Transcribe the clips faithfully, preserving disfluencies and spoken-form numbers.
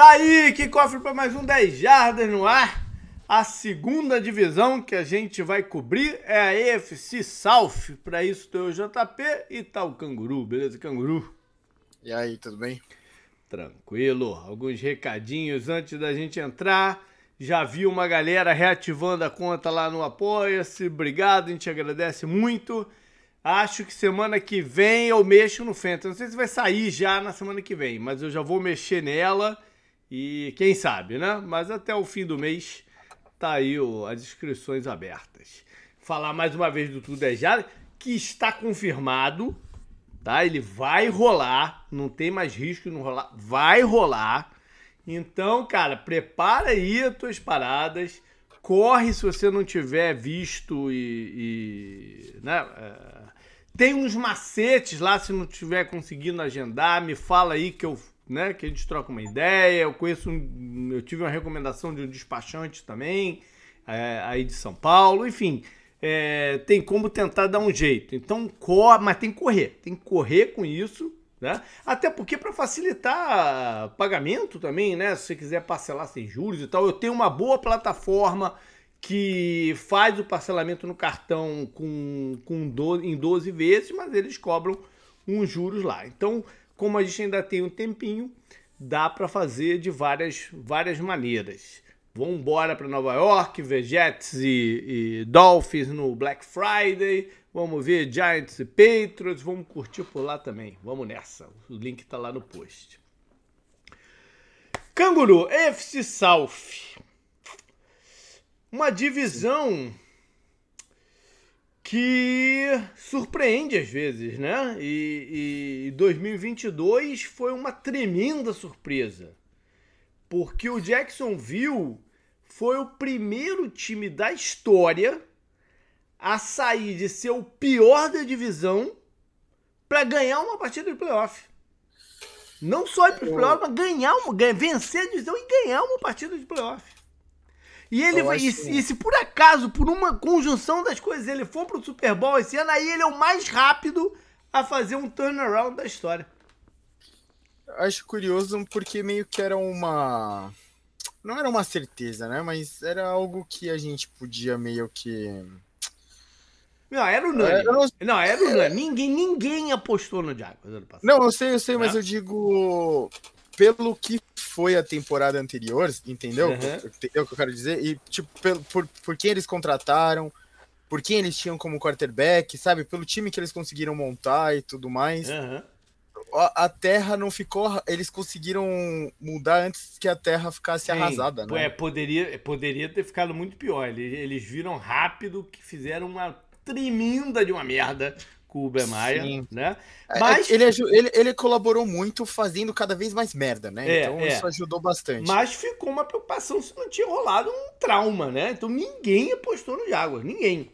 Tá aí, que cofre para mais um dez Jardas no ar. A segunda divisão que a gente vai cobrir é a A F C South. Para isso tem o J P e tá o Canguru, beleza, Canguru? E aí, tudo bem? Tranquilo. Alguns recadinhos antes da gente entrar. Já vi uma galera reativando a conta lá no Apoia-se. Obrigado, a gente agradece muito. Acho que semana que vem eu mexo no Fantasy. Não sei se vai sair já na semana que vem, mas eu já vou mexer nela e quem sabe, né? Mas até o fim do mês tá aí o, as inscrições abertas. Falar mais uma vez do Tudo é Já, que está confirmado, tá? Ele vai rolar, não tem mais risco de não rolar, vai rolar. Então, cara, prepara aí as tuas paradas, corre se você não tiver visto e... e né? É, tem uns macetes lá, se não tiver conseguindo agendar, me fala aí que eu, né, que a gente troca uma ideia. Eu conheço, um, eu tive uma recomendação de um despachante também, é, aí de São Paulo, enfim, é, tem como tentar dar um jeito. Então, corre, mas tem que correr, tem que correr com isso, né? Até porque para facilitar pagamento também, né? Se você quiser parcelar sem juros e tal, eu tenho uma boa plataforma que faz o parcelamento no cartão com, com doze, em doze vezes, mas eles cobram uns juros lá. Então, como a gente ainda tem um tempinho, dá para fazer de várias, várias maneiras. Vamos embora para Nova York, ver Jets e, e Dolphins no Black Friday. Vamos ver Giants e Patriots. Vamos curtir por lá também. Vamos nessa. O link está lá no post. Canguru, A F C South. Uma divisão que surpreende às vezes, né? E, e dois mil e vinte e dois foi uma tremenda surpresa. Porque o Jacksonville foi o primeiro time da história a sair de ser o pior da divisão para ganhar uma partida de playoff. Não só ir para os playoffs, mas ganhar uma, vencer a divisão e ganhar uma partida de playoff. E, ele vai, e, e se por acaso, por uma conjunção das coisas, ele for pro Super Bowl esse ano, aí ele é o mais rápido a fazer um turnaround da história. Acho curioso porque meio que era uma... Não era uma certeza, né? Mas era algo que a gente podia meio que... Não, era unânime. Não... não, era unânime. Ninguém, ninguém apostou no Jaguars ano passado. Não, eu sei, eu sei, é? mas eu digo... Pelo que foi a temporada anterior, entendeu? Uhum. Entendeu o que eu quero dizer? E, tipo, por, por, por quem eles contrataram, por quem eles tinham como quarterback, sabe? Pelo time que eles conseguiram montar e tudo mais. Uhum. A, a terra não ficou... Eles conseguiram mudar antes que a terra ficasse Sim. arrasada, né? É, poderia, poderia ter ficado muito pior. Eles, eles viram rápido que fizeram uma tremenda de uma merda com o Bemaia, né? Mas ele, ele, ele colaborou muito fazendo cada vez mais merda, né? É, então é. isso ajudou bastante. Mas ficou uma preocupação se não tinha rolado um trauma, né? Então ninguém apostou no Jaguars, ninguém.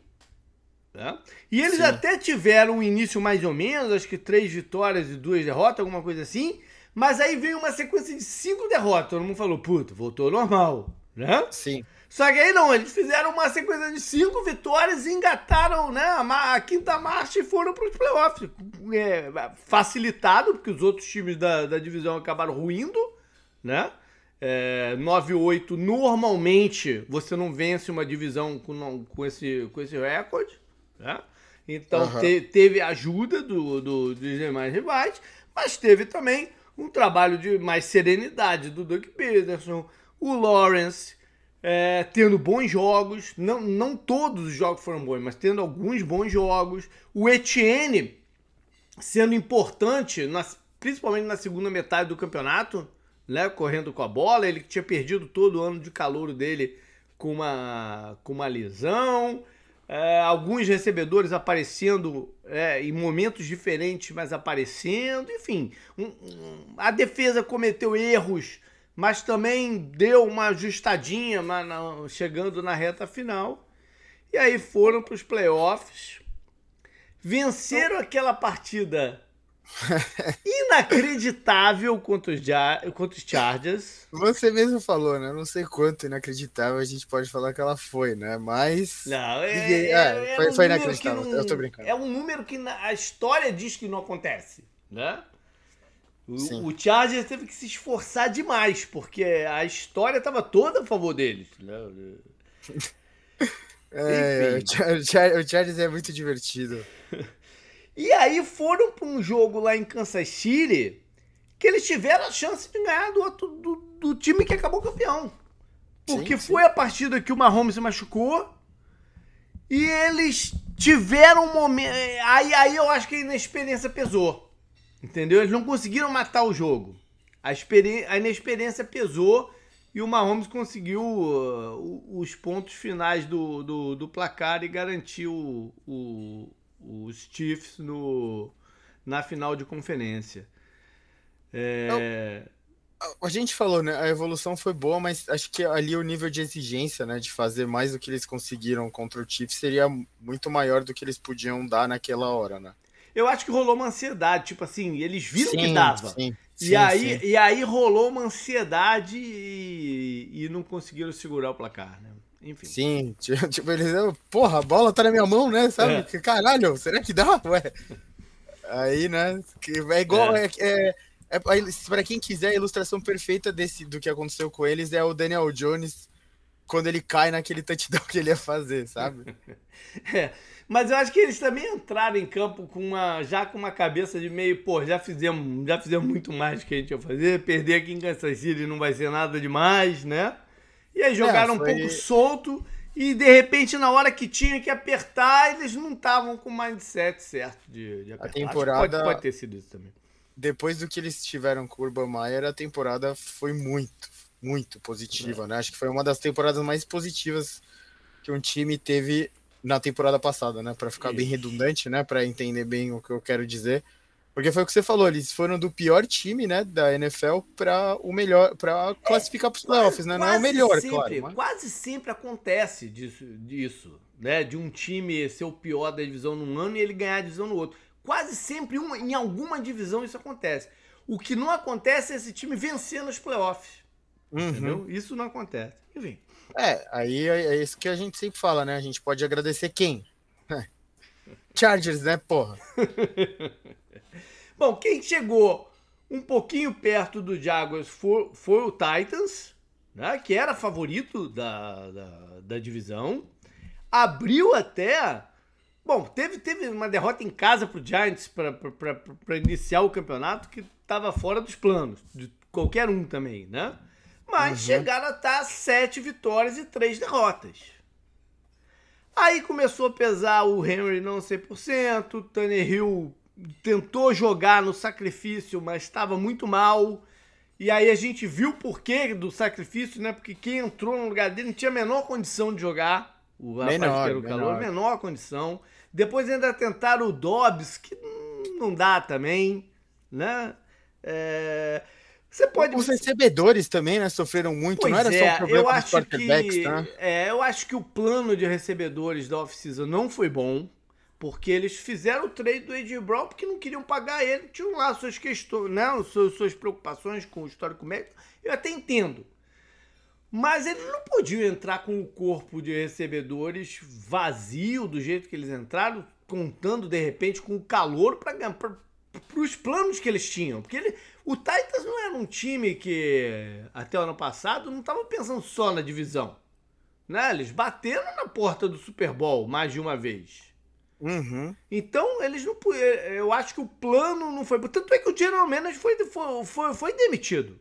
Né? E eles Sim. até tiveram um início mais ou menos, acho que três vitórias e duas derrotas, alguma coisa assim. Mas aí veio uma sequência de cinco derrotas. Todo mundo falou, puta, voltou ao normal, né? Sim. Só que aí não, eles fizeram uma sequência de cinco vitórias e engataram, né, a, a quinta marcha e foram para os playoffs. É, facilitado, porque os outros times da, da divisão acabaram ruindo, né? É, nove a oito, normalmente você não vence uma divisão com, com, esse, com esse recorde, né? Então uhum. te, teve ajuda do, do, dos demais rivais, mas teve também um trabalho de mais serenidade do Doug Peterson, o Lawrence... É, tendo bons jogos, não, não todos os jogos foram bons, mas tendo alguns bons jogos. O Etienne sendo importante, na, principalmente na segunda metade do campeonato, né, correndo com a bola. Ele tinha perdido todo o ano de calouro dele com uma, com uma lesão. É, alguns recebedores aparecendo é, em momentos diferentes, mas aparecendo. Enfim, um, um, a defesa cometeu erros, mas também deu uma ajustadinha chegando na reta final. E aí foram para os playoffs. Venceram aquela partida inacreditável contra os, contra os Chargers. Você mesmo falou, né? Não sei quanto inacreditável a gente pode falar que ela foi, né? Mas... Não, é, ninguém... é, é, foi, um foi inacreditável. Não, eu tô brincando. É um número que a história diz que não acontece, né? O, o Chargers teve que se esforçar demais, porque a história estava toda a favor deles. Né? É, o Chargers é muito divertido. E aí foram para um jogo lá em Kansas City que eles tiveram a chance de ganhar do, outro, do, do time que acabou campeão. Porque sim, sim. foi a partida que o Mahomes se machucou e eles tiveram um momento... Aí, aí eu acho que a inexperiência pesou. Entendeu? Eles não conseguiram matar o jogo. A, experi... a inexperiência pesou e o Mahomes conseguiu uh, os pontos finais do, do, do placar e garantiu o, o, os Chiefs no, na final de conferência. É... A gente falou, né? A evolução foi boa, mas acho que ali o nível de exigência, né? De fazer mais do que eles conseguiram contra o Chiefs seria muito maior do que eles podiam dar naquela hora, né? Eu acho que rolou uma ansiedade, tipo assim, eles viram sim, que dava. Sim, e, sim, aí, sim. e aí rolou uma ansiedade e, e não conseguiram segurar o placar, né? Enfim. Sim, tipo, eles, porra, a bola tá na minha mão, né? Sabe? É. Caralho, será que dá? Ué. Aí, né? É igual. É. É, é, é, pra quem quiser, a ilustração perfeita desse, do que aconteceu com eles é o Daniel Jones quando ele cai naquele touchdown que ele ia fazer, sabe? É. Mas eu acho que eles também entraram em campo com uma, já com uma cabeça de meio, pô, já fizemos, já fizemos muito mais do que a gente ia fazer, perder aqui em Kansas City não vai ser nada demais, né? E aí jogaram é, foi... um pouco solto e de repente na hora que tinha que apertar, eles não estavam com o mindset certo de, de apertar. A temporada... Pode, pode ter sido isso também. Depois do que eles tiveram com o Urban Meyer, a temporada foi muito, muito positiva, é. né? Acho que foi uma das temporadas mais positivas que um time teve na temporada passada, né? Para ficar Isso. bem redundante, né? Para entender bem o que eu quero dizer. Porque foi o que você falou, eles foram do pior time, né, da N F L para o melhor, para classificar para os playoffs, né? Não é o melhor, sempre, claro. Mas... Quase sempre acontece disso, disso, né? De um time ser o pior da divisão num ano e ele ganhar a divisão no outro. Quase sempre uma, em alguma divisão isso acontece. O que não acontece é esse time vencer nos playoffs. Uhum. Entendeu? Isso não acontece. Enfim. É, aí é isso que a gente sempre fala, né? A gente pode agradecer quem? Chargers, né, porra? Bom, quem chegou um pouquinho perto do Jaguars foi, foi o Titans, né? Que era favorito da, da, da divisão. Abriu até... Bom, teve, teve uma derrota em casa pro Giants para iniciar o campeonato que estava fora dos planos, de qualquer um também, né? Mas uhum. chegaram a estar sete vitórias e três derrotas. Aí começou a pesar o Henry não cem por cento, o Tannehill tentou jogar no sacrifício, mas estava muito mal. E aí a gente viu o porquê do sacrifício, né? Porque quem entrou no lugar dele não tinha a menor condição de jogar. O rapaz menor, que era o calor, menor. menor condição. Depois ainda tentaram o Dobbs, que não dá também, né? É... Você pode... Os recebedores também, né, sofreram muito, pois não era é, só o problema eu dos acho quarterbacks, que, tá? É, eu acho que o plano de recebedores da off-season não foi bom, porque eles fizeram o trade do A J Brown porque não queriam pagar ele, tinham lá suas questões, né, suas, suas preocupações com o histórico médico, eu até entendo. Mas eles não podiam entrar com o corpo de recebedores vazio do jeito que eles entraram, contando de repente com o calor para os planos que eles tinham. Porque ele, o Titans não era um time que até o ano passado não estava pensando só na divisão. Né? Eles bateram na porta do Super Bowl mais de uma vez. Uhum. Então eles não. Eu acho que o plano não foi. Tanto é que o General Manager foi, foi, foi, foi demitido.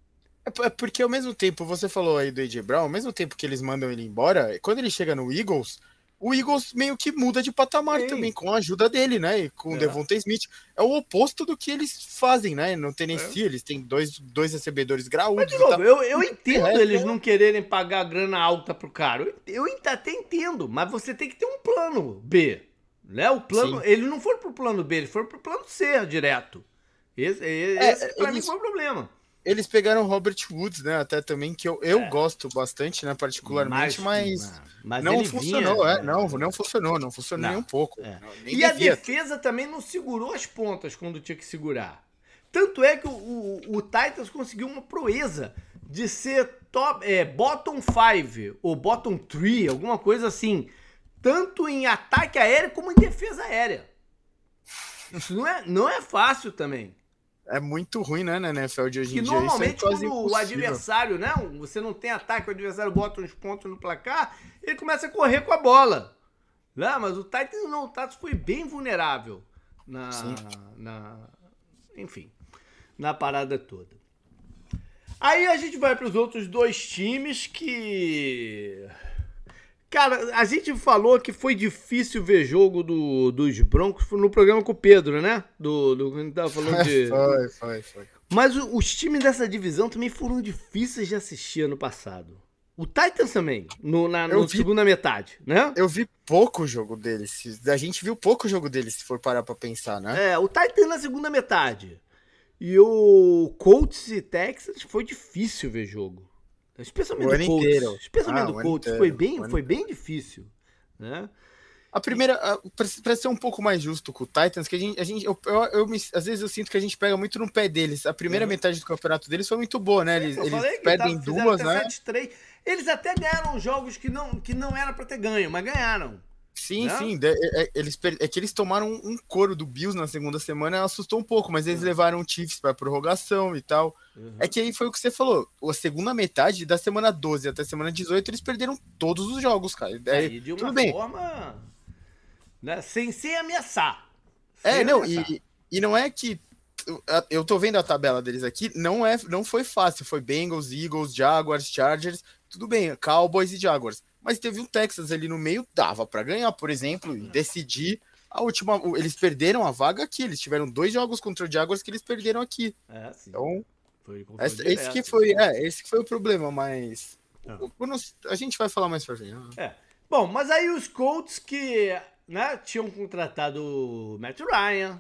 É porque ao mesmo tempo, você falou aí do A J Brown, ao mesmo tempo que eles mandam ele embora, quando ele chega no Eagles, o Eagles meio que muda de patamar Sim. também, com a ajuda dele, né? E com o é. Devonta Smith. É o oposto do que eles fazem, né? No Tennessee, é. eles têm dois, dois recebedores graúdos. Mas, de novo, eu, eu entendo é, eles é. não quererem pagar grana alta pro cara. Eu, eu até entendo, mas você tem que ter um plano B. Né? O plano, eles não foram pro plano B, eles foram pro plano C direto. Esse, esse é, pra eles... mim foi o problema. Eles pegaram o Robert Woods, né? Até também, que eu, eu é. gosto bastante, né? Particularmente, mas, mas, mas não funcionou, vinha, é. Não, não funcionou, não funcionou não. nem um pouco. É. Não, nem e devia. A defesa também não segurou as pontas quando tinha que segurar. Tanto é que o, o, o Titans conseguiu uma proeza de ser top, é, bottom five ou bottom three, alguma coisa assim. Tanto em ataque aéreo como em defesa aérea. Isso não é, não é fácil também. é muito ruim, né, na N F L de hoje em que dia. normalmente Isso é quando o adversário, né, você não tem ataque, o adversário bota uns pontos no placar, ele começa a correr com a bola. Não, mas o Titans não, o Titans foi bem vulnerável na, na, enfim, na parada toda. Aí a gente vai para os outros dois times que... Cara, a gente falou que foi difícil ver jogo do, dos Broncos no programa com o Pedro, né? Do, do que a gente tava falando de... foi, foi, foi. Mas o, os times dessa divisão também foram difíceis de assistir ano passado. O Titans também, no, na no vi, segunda metade, né? Eu vi pouco jogo deles. A gente viu pouco jogo deles, se for parar pra pensar, né? É, o Titans na segunda metade. E o Colts e Texans foi difícil ver jogo. Especialmente o do Colts. Inteiro. Especialmente ah, do Colts. Foi bem, foi bem difícil, né? A primeira, para ser um pouco mais justo com o Titans, que a gente, a gente eu, eu, eu me, às vezes eu sinto que a gente pega muito no pé deles. A primeira uhum. metade do campeonato deles foi muito boa, né? Eles, eles perdem tá, duas, né? sete três. Eles até ganharam jogos que não, que não era para ter ganho, mas ganharam. Sim, né? sim. É, é, eles, é que eles tomaram um couro do Bills na segunda semana, assustou um pouco, mas eles uhum. levaram o Chiefs para prorrogação e tal. Uhum. É que aí foi o que você falou. A segunda metade, da semana doze até a semana dezoito, eles perderam todos os jogos, cara. É, e de uma tudo bem. forma... Né? Sem, sem ameaçar. Sem é, não, ameaçar. E, e não é que... Eu tô vendo a tabela deles aqui, não, é, não foi fácil. Foi Bengals, Eagles, Jaguars, Chargers, tudo bem, Cowboys e Jaguars. Mas teve um Texas ali no meio, dava para ganhar, por exemplo, e decidir a última... Eles perderam a vaga aqui, eles tiveram dois jogos contra o Jaguars que eles perderam aqui. É, sim. Então, foi esse, direto, esse, que foi, é, esse que foi o problema, mas... Não. A gente vai falar mais pra frente. É. Bom, mas aí os Colts que... Né, tinham contratado o Matt Ryan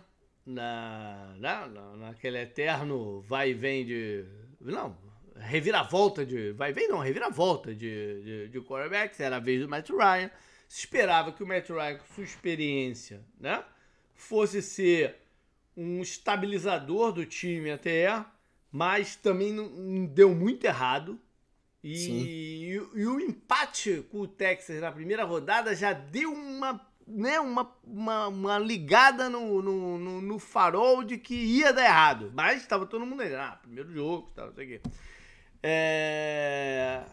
na, na, naquele eterno vai e vem de... Não, reviravolta de... Vai e vem não, reviravolta de, de, de quarterbacks. Era a vez do Matt Ryan. Se esperava que o Matt Ryan, com sua experiência, né, fosse ser um estabilizador do time até, mas também não, deu muito errado. E, e, e o empate com o Texas na primeira rodada já deu uma... Né, uma, uma, uma ligada no, no, no, no farol de que ia dar errado. Mas estava todo mundo aí. Ah, primeiro jogo, tal, não sei o quê. É...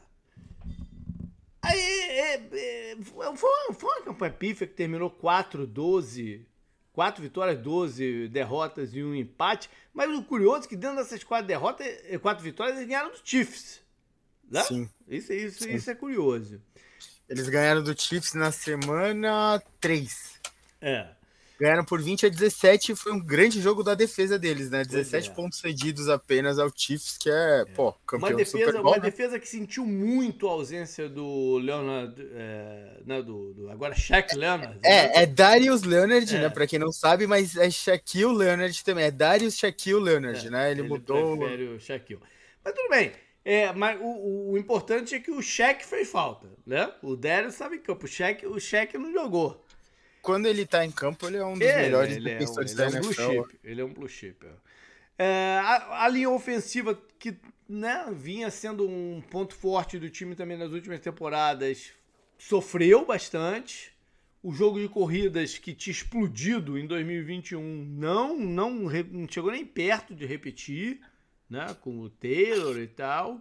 Aí é, é, foi, uma, foi uma campanha pífia que terminou quatro doze. quatro vitórias, doze derrotas e um empate. Mas o curioso é que dentro dessas quatro derrotas, quatro vitórias, eles ganharam do Chiefs. Né? Sim. Isso, isso, Sim. isso é curioso. Eles ganharam do Chiefs na semana três. É. Ganharam por vinte a dezessete, foi um grande jogo da defesa deles, né? dezessete é. pontos cedidos apenas ao Chiefs, que é, é. pô, campeão uma defesa, do Super Bowl. Uma né? defesa que sentiu muito a ausência do Leonard, é, né, do, do, agora Shaq Leonard. É, né? é Darius Leonard, é. né? Pra quem não sabe, mas é Shaquille Leonard também. É Darius Shaquille Leonard, é, né? Ele, ele mudou... prefere o Shaquille. Mas tudo bem. É, mas o, o, o importante é que o Shaq fez falta, né? O Darius estava em campo. O Shaq, o Shaq não jogou. Quando ele tá em campo, ele é um dos ele, melhores ele defensores é, da ele é um N F L. Blue chip, ele é um blue chip. É, a, a linha ofensiva que, né, vinha sendo um ponto forte do time também nas últimas temporadas sofreu bastante. O jogo de corridas que tinha explodido em dois mil e vinte e um não, não, não chegou nem perto de repetir, né, com o Taylor e tal.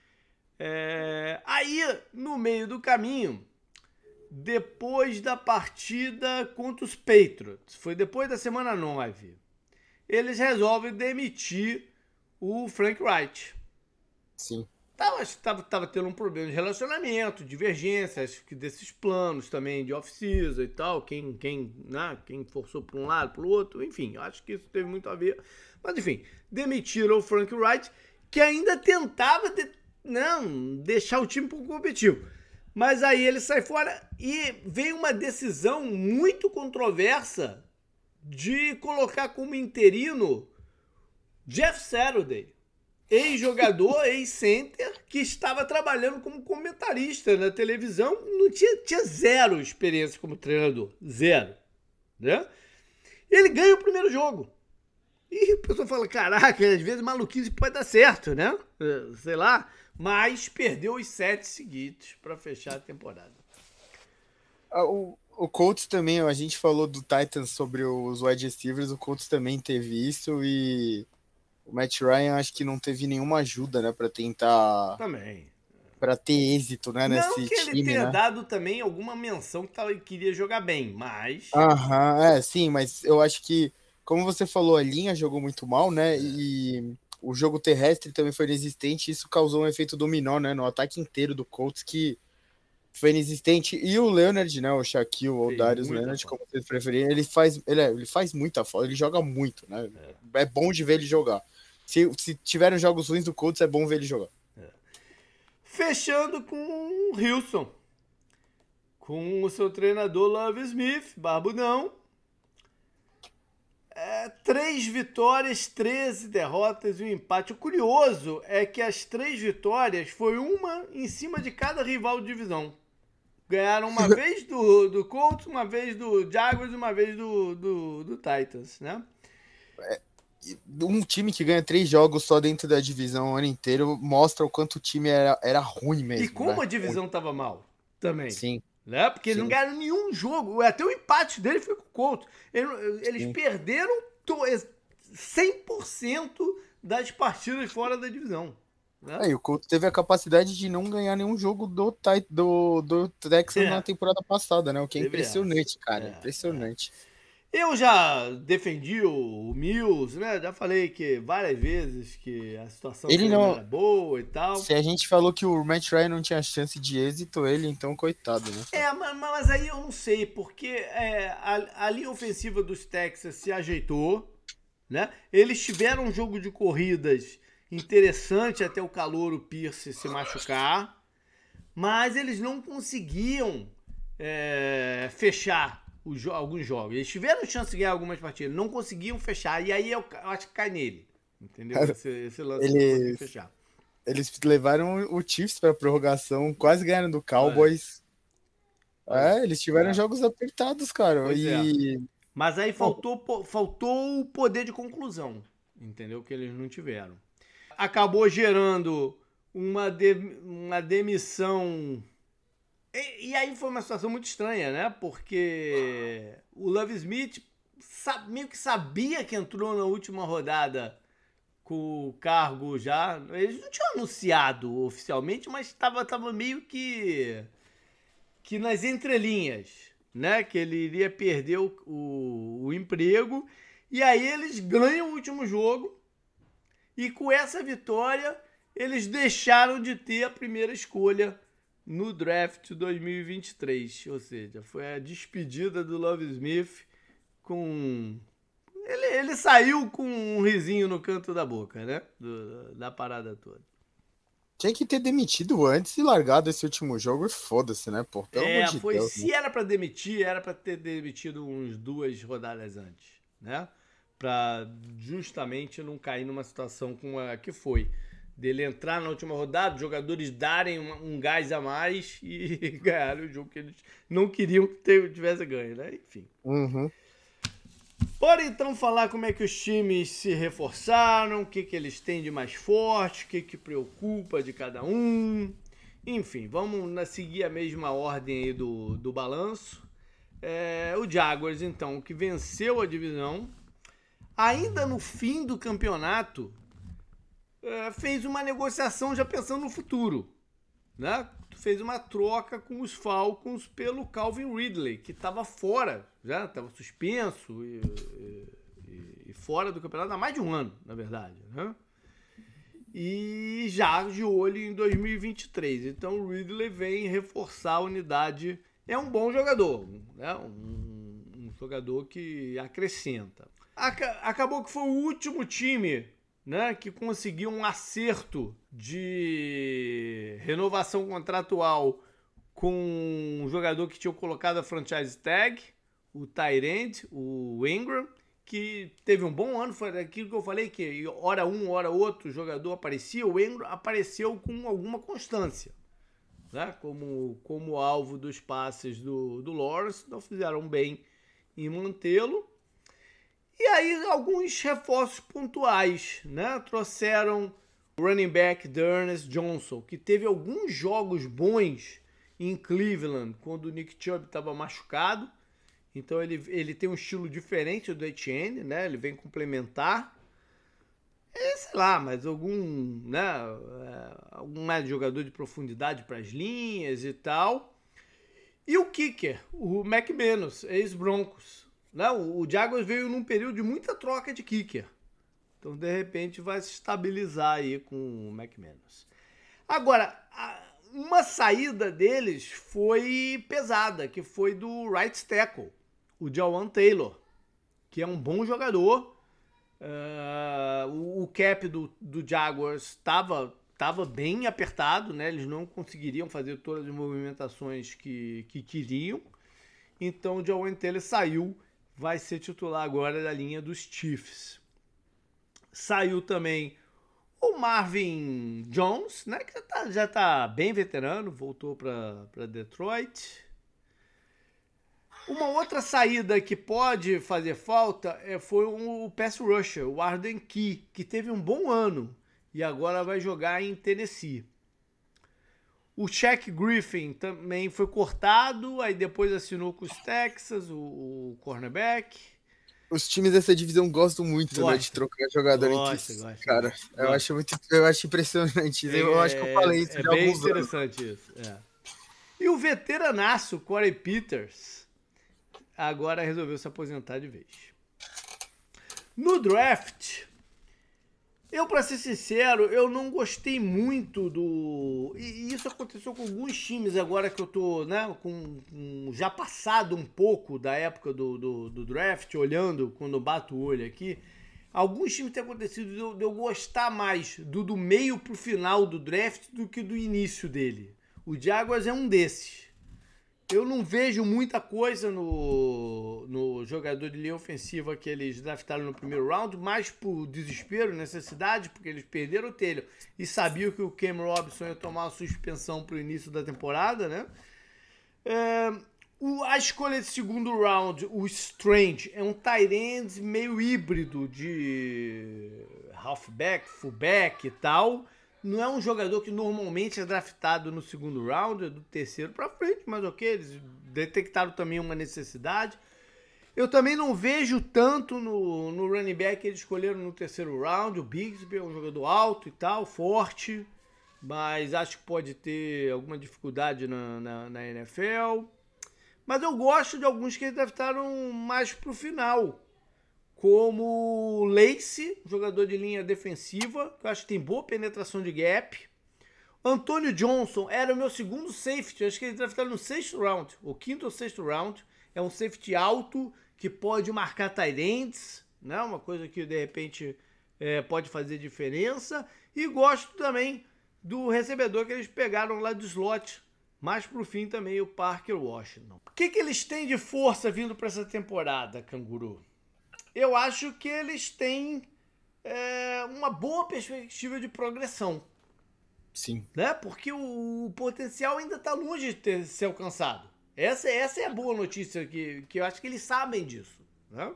É, aí, no meio do caminho, depois da partida contra os Patriots, foi depois da semana nove, eles resolvem demitir o Frank Reich. Sim. Tava, tava, tava tendo um problema de relacionamento, divergências desses planos também de off-season e tal, quem, quem, né, quem forçou para um lado, para o outro, enfim, acho que isso teve muito a ver. Mas enfim, demitiram o Frank Reich, que ainda tentava de, não, deixar o time um pouco competitivo. Mas aí ele sai fora e vem uma decisão muito controversa de colocar como interino Jeff Saturday, ex-jogador, ex-center, que estava trabalhando como comentarista na televisão, não tinha, tinha zero experiência como treinador, zero, né? E ele ganha o primeiro jogo. E a pessoa fala, caraca, às vezes maluquice pode dar certo, né? Sei lá. Mas perdeu os sete seguidos para fechar a temporada. O, o Colts também, a gente falou do Titans sobre os wide receivers, o Colts também teve isso e o Matt Ryan acho que não teve nenhuma ajuda, né, para tentar... Também. Para ter êxito, né, nesse time, Não que ele tenha né? dado também alguma menção que ele queria jogar bem, mas... Aham, é, sim, mas eu acho que, como você falou, a linha jogou muito mal, né, é. e o jogo terrestre também foi inexistente, isso causou um efeito dominó, né, no ataque inteiro do Colts, que foi inexistente, e o Leonard, né, o Shaquille, ou o Darius Leonard, falta. Como vocês preferirem, ele faz, ele, é, ele faz muita falta, ele joga muito, né, é, é bom de ver ele jogar. Se, se tiverem jogos ruins do Colts, é bom ver ele jogar. É. Fechando com o Wilson, com o seu treinador Love Smith, barbudão. É, três vitórias, treze derrotas e um empate. O curioso é que as três vitórias foi uma em cima de cada rival de divisão. Ganharam uma vez do, do Colts, uma vez do Jaguars e uma vez do, do, do Titans, né? É, um time que ganha três jogos só dentro da divisão o ano inteiro mostra o quanto o time era, era ruim mesmo. E como né? a divisão ruim. Tava mal também. Sim. Né? Porque eles não ganharam nenhum jogo. Até o empate dele foi com o Colts. Eles, eles perderam cem por cento das partidas fora da divisão. Né? É, e o Colts teve a capacidade de não ganhar nenhum jogo do, do, do Texans é. na temporada passada, né? O que é teve impressionante, essa. cara. É, impressionante. É. Eu já defendi o Mills, né? Já falei que várias vezes que a situação ele não era boa e tal. Se a gente falou que o Matt Ryan não tinha chance de êxito, ele então, coitado, né? É, mas, mas aí eu não sei, porque é, a, a linha ofensiva dos Texans se ajeitou, né? Eles tiveram um jogo de corridas interessante até o calouro Pierce se machucar, mas eles não conseguiam é, fechar os, alguns jogos. Eles tiveram chance de ganhar algumas partidas, não conseguiam fechar, e aí eu, eu acho que cai nele, entendeu? Esse, esse lance eles, de fechar. Eles levaram o Chiefs para prorrogação, quase ganharam do Cowboys. É, é eles tiveram é. jogos apertados, cara. Pois e... é. Mas aí faltou, oh. faltou o poder de conclusão, entendeu? Que eles não tiveram. Acabou gerando uma, de, uma demissão. E, e aí foi uma situação muito estranha, né? Porque o Love Smith sabe, meio que sabia que entrou na última rodada com o cargo já. Eles não tinham anunciado oficialmente, mas estava tava meio que, que nas entrelinhas, né? Que ele iria perder o, o, o emprego. E aí eles ganham o último jogo. E com essa vitória, eles deixaram de ter a primeira escolha no draft dois mil e vinte e três. Ou seja, foi a despedida do Love Smith com... Ele, ele saiu com um risinho no canto da boca, né? Do, da parada toda. Tinha que ter demitido antes e largado esse último jogo e foda-se, né? Pô, pelo é, amor de foi, Deus, se né? era pra demitir, era pra ter demitido uns duas rodadas antes, né? Pra justamente não cair numa situação como a que foi. Dele entrar na última rodada, os jogadores darem um, um gás a mais e ganharem o jogo que eles não queriam que tivesse ganho, né? Enfim. Uhum. Bora então falar como é que os times se reforçaram, o que, que eles têm de mais forte, o que, que preocupa de cada um. Enfim, vamos seguir a mesma ordem aí do, do balanço. É, o Jaguars, então, que venceu a divisão, ainda no fim do campeonato, é, fez uma negociação já pensando no futuro, né? Fez uma troca com os Falcons pelo Calvin Ridley, que estava fora, já estava suspenso e, e, e fora do campeonato há mais de um ano, na verdade, né? E já de olho em dois mil e vinte e três. Então o Ridley vem reforçar a unidade. É um bom jogador, né? um, um jogador que acrescenta. Acabou que foi o último time, né, que conseguiu um acerto de renovação contratual com um jogador que tinha colocado a franchise tag, o tight end, o Ingram, que teve um bom ano. Foi aquilo que eu falei, que hora um, hora outro jogador aparecia. O Ingram apareceu com alguma constância, né, como, como alvo dos passes do, do Lawrence. Então fizeram bem em mantê-lo. E aí, alguns reforços pontuais, né? Trouxeram o running back D'Ernest Johnson, que teve alguns jogos bons em Cleveland, quando o Nick Chubb estava machucado. Então, ele, ele tem um estilo diferente do Etienne, né? Ele vem complementar. É, sei lá, mas algum, né, algum mais jogador de profundidade para as linhas e tal. E o kicker, o McManus, ex-Broncos. Né? O, o Jaguars veio num período de muita troca de kicker. Então, de repente, vai se estabilizar aí com o McManus. Agora, a, uma saída deles foi pesada, que foi do right tackle, o Jawan Taylor, que é um bom jogador. Uh, o, o cap do, do Jaguars estava tava bem apertado, né? Eles não conseguiriam fazer todas as movimentações que, que queriam. Então o Jawan Taylor saiu, vai ser titular agora da linha dos Chiefs. Saiu também o Marvin Jones, né? Que já tá, já tá bem veterano, voltou para Detroit. Uma outra saída que pode fazer falta é, foi o pass rusher, o Arden Key, que teve um bom ano e agora vai jogar em Tennessee. O Shaq Griffin também foi cortado, aí depois assinou com os Texans, o, o cornerback. Os times dessa divisão gostam muito, gosta, né, de trocar jogador gosta, entre... gosta, Cara, gosta, eu gosta. acho muito, eu acho impressionante. É, eu acho que eu falei isso é já bem alguns interessante anos. Isso. É. E o veteranaço Corey Peters agora resolveu se aposentar de vez. No draft, eu, pra ser sincero, eu não gostei muito do... E isso aconteceu com alguns times agora que eu tô, né, com, com já passado um pouco da época do, do, do draft, olhando, quando eu bato o olho aqui. Alguns times têm acontecido de eu, de eu gostar mais do, do meio pro final do draft do que do início dele. O Jaguars é um desses. Eu não vejo muita coisa no, no jogador de linha ofensiva que eles draftaram no primeiro round, mais por desespero, necessidade, porque eles perderam o Taylor e sabiam que o Cam Robinson ia tomar uma suspensão para o início da temporada, né? É, o, a escolha de segundo round, o Strange, é um tight end meio híbrido de halfback, fullback e tal. Não é um jogador que normalmente é draftado no segundo round, é do terceiro para frente, mas ok, eles detectaram também uma necessidade. Eu também não vejo tanto no, no running back que eles escolheram no terceiro round. O Bigsby é um jogador alto e tal, forte, mas acho que pode ter alguma dificuldade na, na, na N F L. Mas eu gosto de alguns que eles draftaram mais pro final, como Lacy, jogador de linha defensiva, que eu acho que tem boa penetração de gap. Antônio Johnson era o meu segundo safety, acho que ele draftaram no sexto round, ou quinto ou sexto round. É um safety alto que pode marcar tight ends, né? Uma coisa que de repente é, pode fazer diferença. E gosto também do recebedor que eles pegaram lá do slot, mais pro fim também o Parker Washington. O que, que eles têm de força vindo para essa temporada, Canguru? Eu acho que eles têm é, uma boa perspectiva de progressão. Sim. Né? Porque o, o potencial ainda está longe de ter, ser alcançado. Essa, essa é a boa notícia, que, que eu acho que eles sabem disso. Né?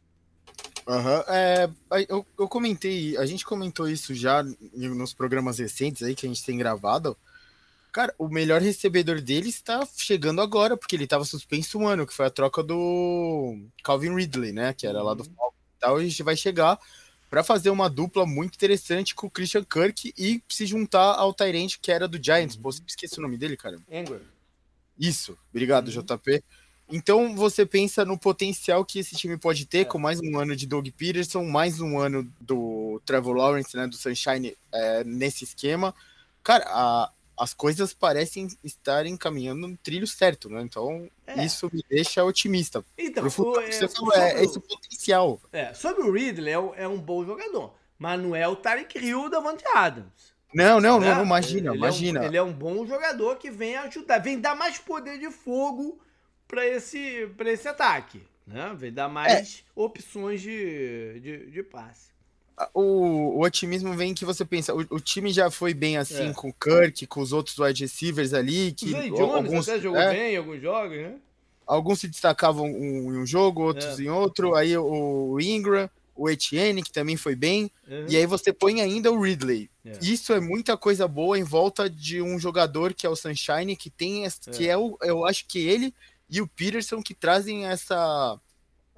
Uhum. É, eu, eu comentei, a gente comentou isso já nos programas recentes aí que a gente tem gravado. Cara, o melhor recebedor deles está chegando agora, porque ele estava suspenso um ano, que foi a troca do Calvin Ridley, né? Que era uhum. lá do Falcons e tal. E a gente vai chegar para fazer uma dupla muito interessante com o Christian Kirk e se juntar ao Tyrant que era do Giants. Uhum. Pô, você esqueci o nome dele, cara. Ingram. Isso, obrigado, uhum. J P. Então você pensa no potencial que esse time pode ter, é. com mais um ano de Doug Peterson, mais um ano do Trevor Lawrence, né? Do Sunshine é, nesse esquema. Cara, a. As coisas parecem estarem caminhando no trilho certo, né? Então, é. isso me deixa otimista. Então, Pro futuro, é, você falou, é, esse potencial. É, sobre o Ridley, é, é um bom jogador, mas não é o Tyreek Hill ou Davante Adams. Não, não, né? não, não, imagina, ele imagina. É um, ele é um bom jogador que vem ajudar, vem dar mais poder de fogo para esse, pra esse ataque, né? Vem dar mais é. opções de, de, de passe. O, o otimismo vem que você pensa, o, o time já foi bem assim é. com o Kirk, com os outros wide receivers ali. Que o Zay Jones alguns, até jogou é, bem em alguns jogos, né? Alguns se destacavam em um jogo, outros é. em outro. Aí o Ingram, o Etienne, que também foi bem. Uhum. E aí você põe ainda o Ridley. É. Isso é muita coisa boa em volta de um jogador que é o Sunshine, que tem, é. que é o, eu acho que ele e o Peterson que trazem essa...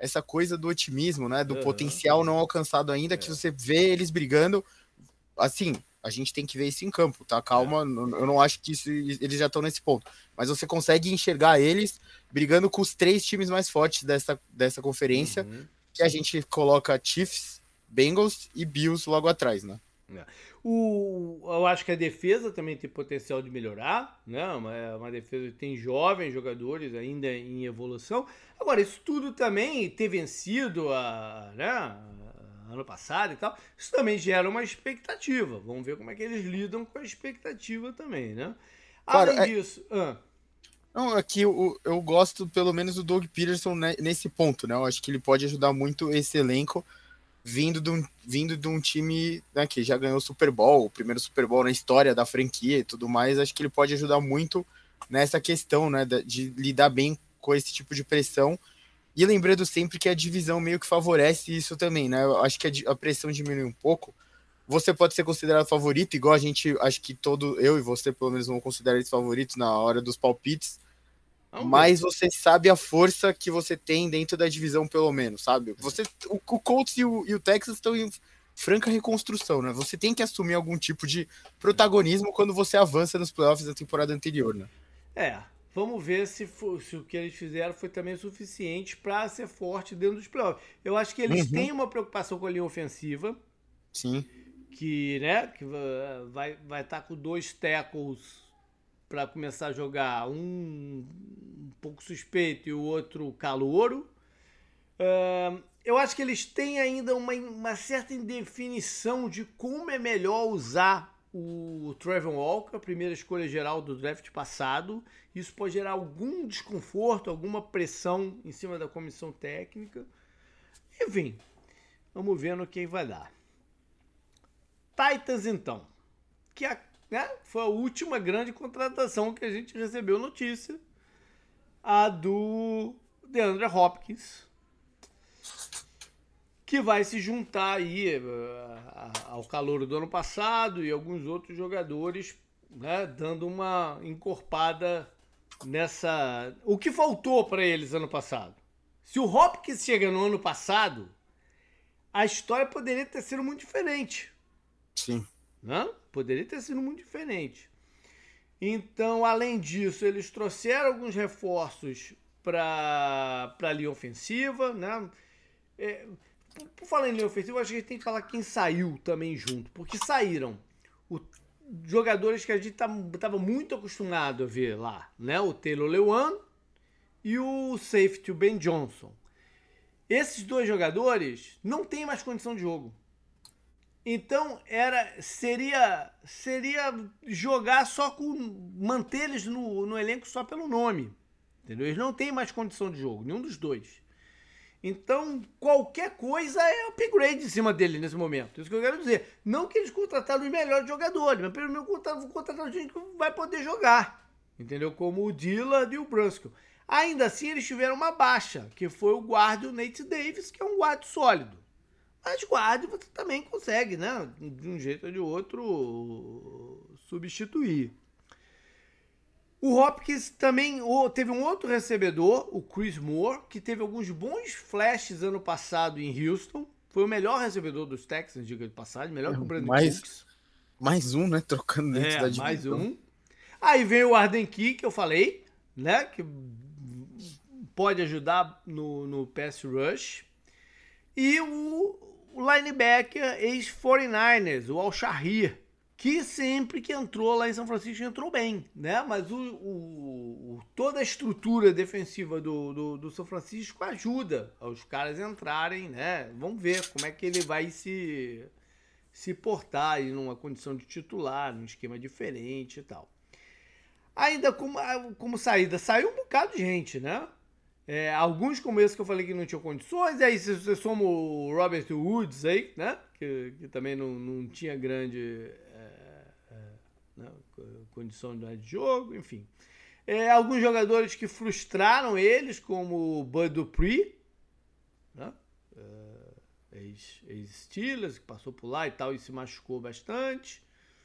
essa coisa do otimismo, né? Do uhum. potencial não alcançado ainda, É. que você vê eles brigando. Assim, a gente tem que ver isso em campo, tá? Calma, é. eu não acho que isso, eles já estão nesse ponto. Mas você consegue enxergar eles brigando com os três times mais fortes dessa, dessa conferência, uhum. que a gente coloca Chiefs, Bengals e Bills logo atrás, né? É. O, eu acho que a defesa também tem potencial de melhorar, né? Uma, uma defesa que tem jovens jogadores ainda em evolução. Agora, isso tudo também ter vencido a, né, ano passado e tal, isso também gera uma expectativa. Vamos ver como é que eles lidam com a expectativa também, né? Além Cara, disso... É... Ah. Não, aqui eu, eu gosto pelo menos do Doug Peterson nesse ponto, né? Eu acho que ele pode ajudar muito esse elenco vindo de um, vindo de um time, né, que já ganhou o Super Bowl, o primeiro Super Bowl na história da franquia e tudo mais. Acho que ele pode ajudar muito nessa questão, né, de, de lidar bem com esse tipo de pressão. E lembrando sempre que a divisão meio que favorece isso também, né? Eu acho que a, a pressão diminui um pouco. Você pode ser considerado favorito, igual a gente, acho que todo, eu e você pelo menos vão considerar eles favoritos na hora dos palpites. Vamos mas ver. Você sabe a força que você tem dentro da divisão, pelo menos, sabe? Você, o, o Colts e o, e o Texas estão em franca reconstrução, né? Você tem que assumir algum tipo de protagonismo quando você avança nos playoffs da temporada anterior, né? É, vamos ver se, for, se o que eles fizeram foi também suficiente para ser forte dentro dos playoffs. Eu acho que eles uhum. têm uma preocupação com a linha ofensiva. Sim. Que, né, que vai estar vai tá com dois tackles para começar a jogar, um, um pouco suspeito e o outro calouro. Uh, eu acho que eles têm ainda uma, uma certa indefinição de como é melhor usar o Trevor Walker, primeira escolha geral do draft passado. Isso pode gerar algum desconforto, alguma pressão em cima da comissão técnica. Enfim, vamos ver no que vai dar. Titans, então, que a Né? Foi a última grande contratação que a gente recebeu notícia, a do DeAndre Hopkins, que vai se juntar aí ao calouro do ano passado e alguns outros jogadores, né, dando uma encorpada nessa... O que faltou para eles ano passado? Se o Hopkins chega no ano passado, a história poderia ter sido muito diferente. Sim. Né? Poderia ter sido muito diferente. Então, além disso, eles trouxeram alguns reforços para a linha ofensiva. Né? É, por, por falar em linha ofensiva, acho que a gente tem que falar quem saiu também junto. Porque saíram o, jogadores que a gente estava muito acostumado a ver lá. Né? O Taylor Lewan e o safety, o Ben Johnson. Esses dois jogadores não têm mais condição de jogo. Então, era, seria, seria jogar só com... manter eles no, no elenco só pelo nome. Entendeu? Eles não têm mais condição de jogo, nenhum dos dois. Então, qualquer coisa é upgrade em cima dele nesse momento. Isso que eu quero dizer. Não que eles contrataram os melhores jogadores, mas pelo menos contrataram, contrataram gente que vai poder jogar. Entendeu? Como o Dillard e o Brunskill. Ainda assim, eles tiveram uma baixa, que foi o guarda, o Nate Davis, que é um guarda sólido. Mas guarda você também consegue, né? De um jeito ou de outro, substituir. O Hopkins também teve um outro recebedor, o Chris Moore, que teve alguns bons flashes ano passado em Houston. Foi o melhor recebedor dos Texans, diga de passagem, melhor que o Brandon mais, Cooks. Mais um, né? Trocando dentro é, da divisão. mais um. Aí vem o Arden Key, que eu falei, né? Que pode ajudar no, no pass rush. E o o linebacker ex-forty-niners, o Al-Shahir, que sempre que entrou lá em São Francisco entrou bem, né? Mas o, o, o, toda a estrutura defensiva do, do, do São Francisco ajuda os caras entrarem, né? Vamos ver como é que ele vai se, se portar aí numa condição de titular, num esquema diferente e tal. Ainda como, como saída, saiu um bocado de gente, né? É, alguns como esse que eu falei que não tinham condições, e aí se você soma o Robert Woods aí, né, que, que também não, não tinha grande é, é, né, condição de jogo, enfim. É, alguns jogadores que frustraram eles, como o Bud Dupree, né, é, ex-Steelers, que passou por lá e tal e se machucou bastante.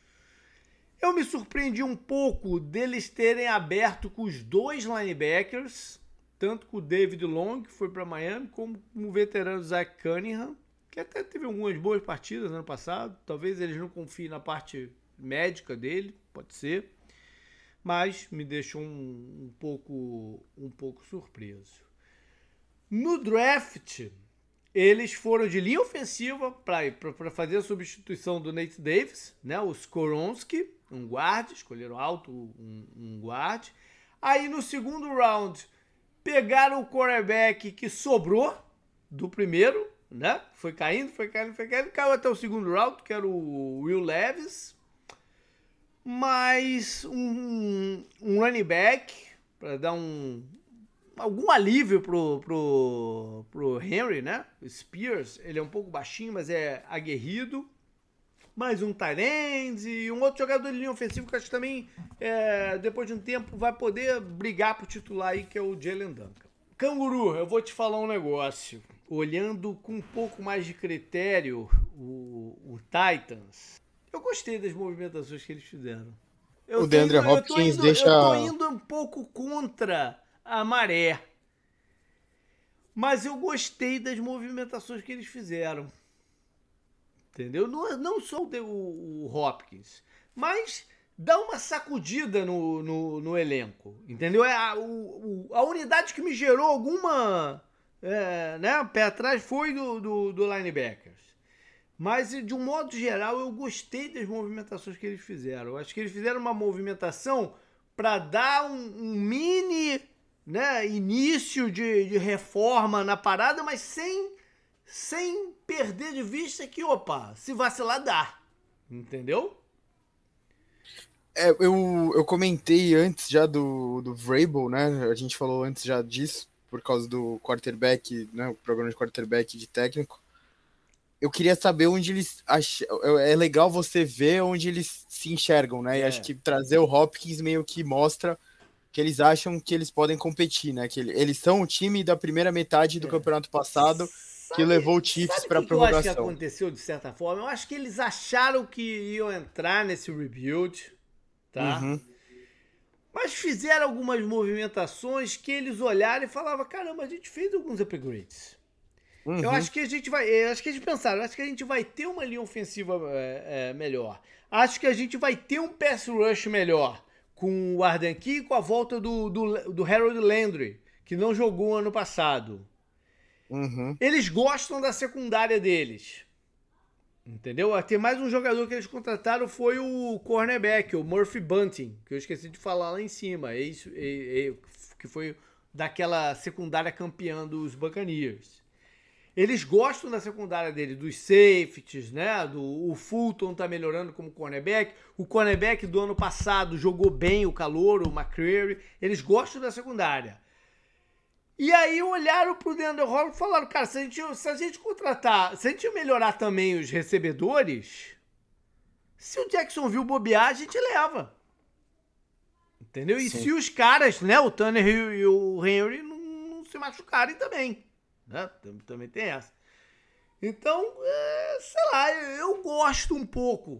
Eu me surpreendi um pouco deles terem aberto com os dois linebackers, tanto com o David Long, que foi para Miami, como com o veterano Zach Cunningham, que até teve algumas boas partidas ano passado. Talvez eles não confiem na parte médica dele, pode ser. Mas me deixou um, um, pouco, um pouco surpreso. No draft, eles foram de linha ofensiva para fazer a substituição do Nate Davis, né? O Skoronski, um guarda, escolheram alto um, um guarda. Aí no segundo round, pegaram o quarterback que sobrou do primeiro, né? Foi caindo, foi caindo, foi caindo, caiu até o segundo round, que era o Will Levis. Mais um, um running back para dar um algum alívio pro, pro, pro Henry, né? O Spears, ele é um pouco baixinho, mas é aguerrido. Mais um tight end e um outro jogador de linha ofensiva que acho que também, é, depois de um tempo, vai poder brigar pro titular aí, que é o Jalen Duncan. Canguru, eu vou te falar um negócio. Olhando com um pouco mais de critério o, o Titans, eu gostei das movimentações que eles fizeram. Eu o DeAndre indo, Hopkins eu indo, deixa... Eu tô indo um pouco contra a maré. Mas eu gostei das movimentações que eles fizeram. Entendeu? Não, não só o, o Hopkins, mas dá uma sacudida no, no, no elenco. Entendeu? É a, o, a unidade que me gerou alguma... É, né, pé atrás foi do, do, do linebackers. Mas, de um modo geral, eu gostei das movimentações que eles fizeram. Eu acho que eles fizeram uma movimentação para dar um, um mini, né, início de, de reforma na parada, mas sem, sem perder de vista que, opa, se vacilar dá. Entendeu? É, eu, eu comentei antes já do, do Vrabel, né? A gente falou antes já disso, por causa do quarterback, né, o programa de quarterback de técnico. Eu queria saber onde eles... Ach... É legal você ver onde eles se enxergam, né? É. E acho que trazer o Hopkins meio que mostra que eles acham que eles podem competir, né? Que eles são o time da primeira metade do é. campeonato passado sabe, que levou o Chiefs para a prorrogação. Eu acho que aconteceu de certa forma? Eu acho que eles acharam que iam entrar nesse rebuild, tá? Uhum. Mas fizeram algumas movimentações que eles olharam e falavam, caramba, a gente fez alguns upgrades. Uhum. Eu acho que a gente vai. Eu acho que eles pensaram, acho que a gente vai ter uma linha ofensiva é, é, melhor. Acho que a gente vai ter um pass rush melhor. Com o Arden Key e com a volta do, do, do Harold Landry, que não jogou ano passado. Uhum. Eles gostam da secundária deles. Entendeu? Até mais um jogador que eles contrataram foi o cornerback, o Murphy Bunting, que eu esqueci de falar lá em cima. É isso, é, é, que foi daquela secundária campeã dos Buccaneers. Eles gostam da secundária dele, dos safeties, né? Do, o Fulton tá melhorando como cornerback. O cornerback do ano passado jogou bem, o calouro, o McCreary. Eles gostam da secundária. E aí olharam pro DeAndre Hopkins e falaram, cara, se a, gente, se a gente contratar, se a gente melhorar também os recebedores, se o Jacksonville bobear, a gente leva. Entendeu? E Sim. se os caras, né, o Tanner e o Henry não, não se machucarem também. Né? Também tem essa. Então, é, sei lá, eu gosto um pouco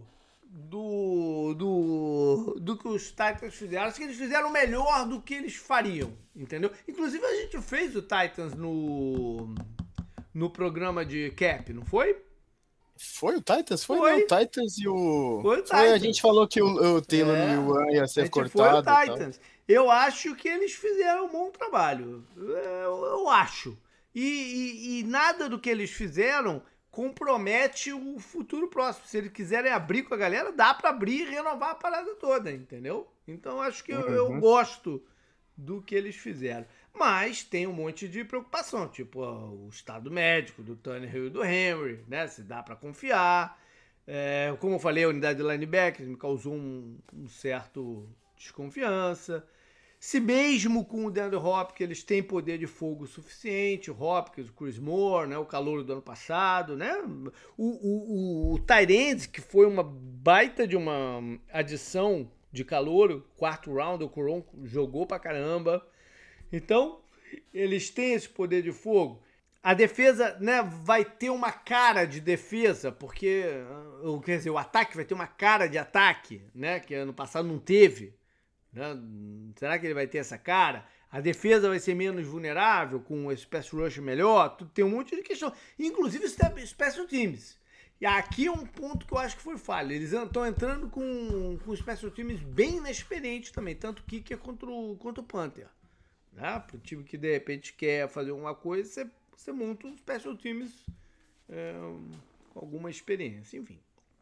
do, do, do que os Titans fizeram. Acho que eles fizeram melhor do que eles fariam, entendeu? Inclusive a gente fez o Titans no, no programa de Cap, não foi? Foi o Titans? Foi, foi. Não, o Titans e o... Foi o Titans. Foi, a gente falou que o, o Taylor é, e o Ian ia ser cortado. Foi o Titans. Eu acho que eles fizeram um bom trabalho. Eu, eu acho. E, e, e nada do que eles fizeram compromete o futuro próximo. Se eles quiserem abrir com a galera, dá pra abrir e renovar a parada toda, entendeu? Então acho que eu, uhum. eu gosto do que eles fizeram. Mas tem um monte de preocupação, tipo ó, o estado médico do Tanner e do Henry, né? Se dá pra confiar. É, como eu falei, a unidade de linebackers me causou um, um certo desconfiança. Se mesmo com o DeAndre Hopkins eles têm poder de fogo suficiente, o Hopkins, o Chris Moore, né, o calouro do ano passado, né, o, o, o, o tight end, que foi uma baita de uma adição de calouro, quarto round, o Coron jogou pra caramba. Então, eles têm esse poder de fogo. A defesa, né, vai ter uma cara de defesa, porque, quer dizer, o ataque vai ter uma cara de ataque, né, que ano passado não teve. Né? Será que ele vai ter essa cara? A defesa vai ser menos vulnerável com esse pass rush melhor? Tem um monte de questão. Inclusive special teams. E aqui é um ponto que eu acho que foi falha. Eles estão entrando com, com special teams bem inexperientes também. Tanto o kicker quanto o, quanto o punter. Né? Para o time que de repente quer fazer uma coisa, você, você monta um special teams é, com alguma experiência. Enfim.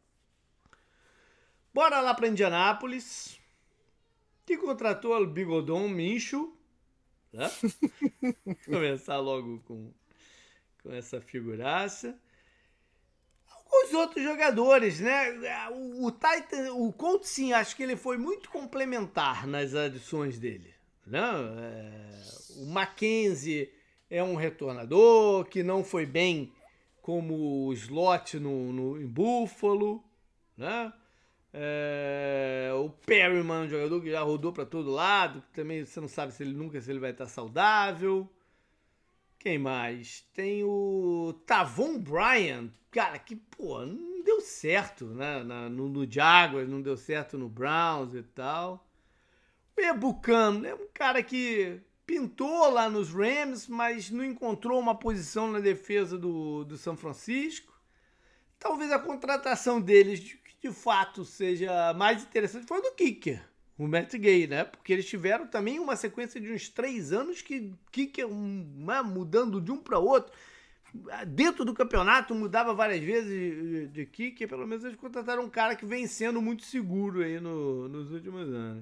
Bora lá para Indianápolis. Que contratou o Bigodon Minshew. Né? Começar logo com, com essa figuraça. Alguns outros jogadores, né? O, o Titan, o Colts, sim, acho que ele foi muito complementar nas adições dele. Né? É, o Mackenzie é um retornador que não foi bem como o slot no, no, em Buffalo. Né? É, o Perryman, um jogador que já rodou para todo lado, também você não sabe se ele nunca se ele vai estar saudável. Quem mais? Tem o Tavon Bryant, cara, que pô, não deu certo, né? Na, no, no Jaguars, não deu certo no Browns e tal. O Ebucano é um cara que pintou lá nos Rams, mas não encontrou uma posição na defesa do, do São Francisco. Talvez a contratação deles de, de fato seja mais interessante foi a do kicker, o Matt Gay, né? Porque eles tiveram também uma sequência de uns três anos que kicker uma, mudando de um para outro. Dentro do campeonato mudava várias vezes de, de kicker. Pelo menos eles contrataram um cara que vem sendo muito seguro aí no, nos últimos anos.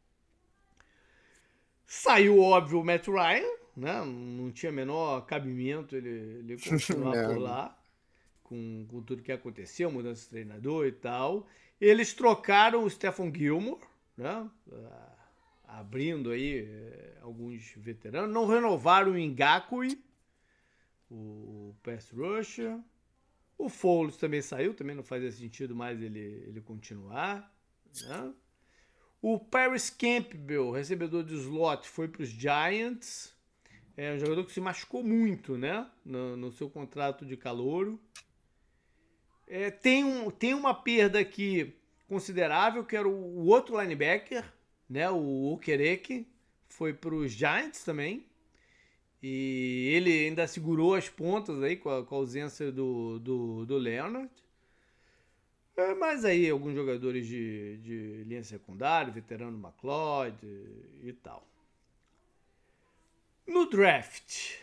Saiu, óbvio, o Matt Ryan, né? Não tinha menor cabimento ele, ele continuar por lá. Com, com tudo que aconteceu, mudança de treinador e tal. Eles trocaram o Stephon Gilmore, né? Ah, abrindo aí eh, alguns veteranos. Não renovaram o Ngakoue, o pass rusher. O Foles também saiu, também não fazia sentido mais ele, ele continuar. Né? O Paris Campbell, recebedor de slot, foi para os Giants. É um jogador que se machucou muito, né? No, no seu contrato de calouro. É, tem, um, tem uma perda aqui considerável, que era o, o outro linebacker, né, o Okereke, foi para os Giants também, e ele ainda segurou as pontas aí com a, com a ausência do, do, do Leonard. É, mas aí alguns jogadores de, de linha secundária, veterano McLeod e, e tal. No draft,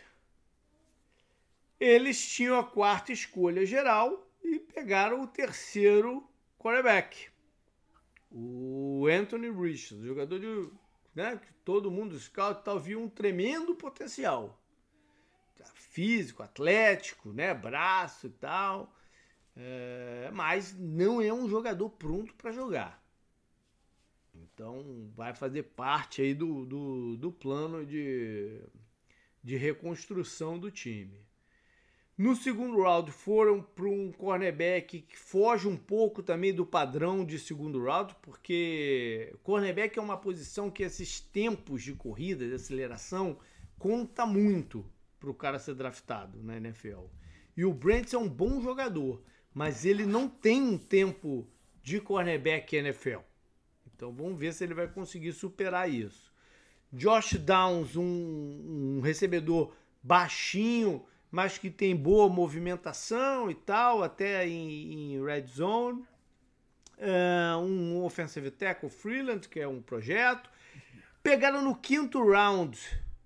eles tinham a quarta escolha geral e pegaram o terceiro quarterback, o Anthony Richardson, jogador de, né, que todo mundo, scout tal, viu um tremendo potencial. Físico, atlético, né, braço e tal, é, mas não é um jogador pronto para jogar. Então vai fazer parte aí do, do, do plano de, de reconstrução do time. No segundo round foram para um cornerback que foge um pouco também do padrão de segundo round, porque cornerback é uma posição que esses tempos de corrida, de aceleração, conta muito para o cara ser draftado na N F L. E o Brents é um bom jogador, mas ele não tem um tempo de cornerback N F L. Então vamos ver se ele vai conseguir superar isso. Josh Downs, um, um recebedor baixinho, mas que tem boa movimentação e tal, até em, em red zone. Uh, um offensive tackle, Freeland, que é um projeto. Pegaram no quinto round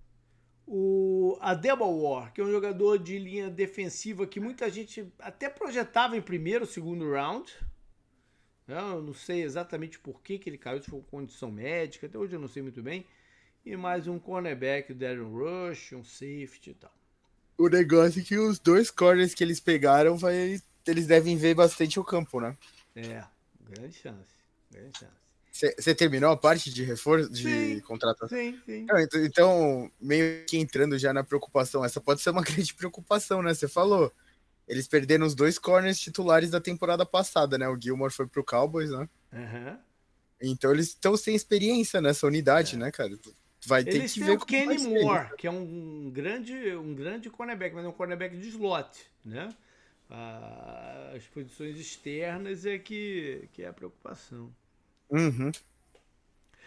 o Adebayor, que é um jogador de linha defensiva que muita gente até projetava em primeiro, segundo round. Eu não sei exatamente por que, que ele caiu, se foi condição médica, até hoje eu não sei muito bem. E mais um cornerback, o Darren Rush, um safety e tal. O negócio é que os dois corners que eles pegaram, vai, eles devem ver bastante o campo, né? É, grande chance, grande chance. Você terminou a parte de reforço, de sim, contratação? Sim, sim. Não, então, então, meio que entrando já na preocupação, essa pode ser uma grande preocupação, né? Você falou, eles perderam os dois corners titulares da temporada passada, né? O Gilmore foi pro Cowboys, né? Uhum. Então eles estão sem experiência nessa unidade, é. né, cara? Vai ter Eles que têm ver o como Kenny vai ser, Moore, né? que é um grande, um grande cornerback, mas é um cornerback de slot, né? Ah, as posições externas é que, que é a preocupação. Uhum.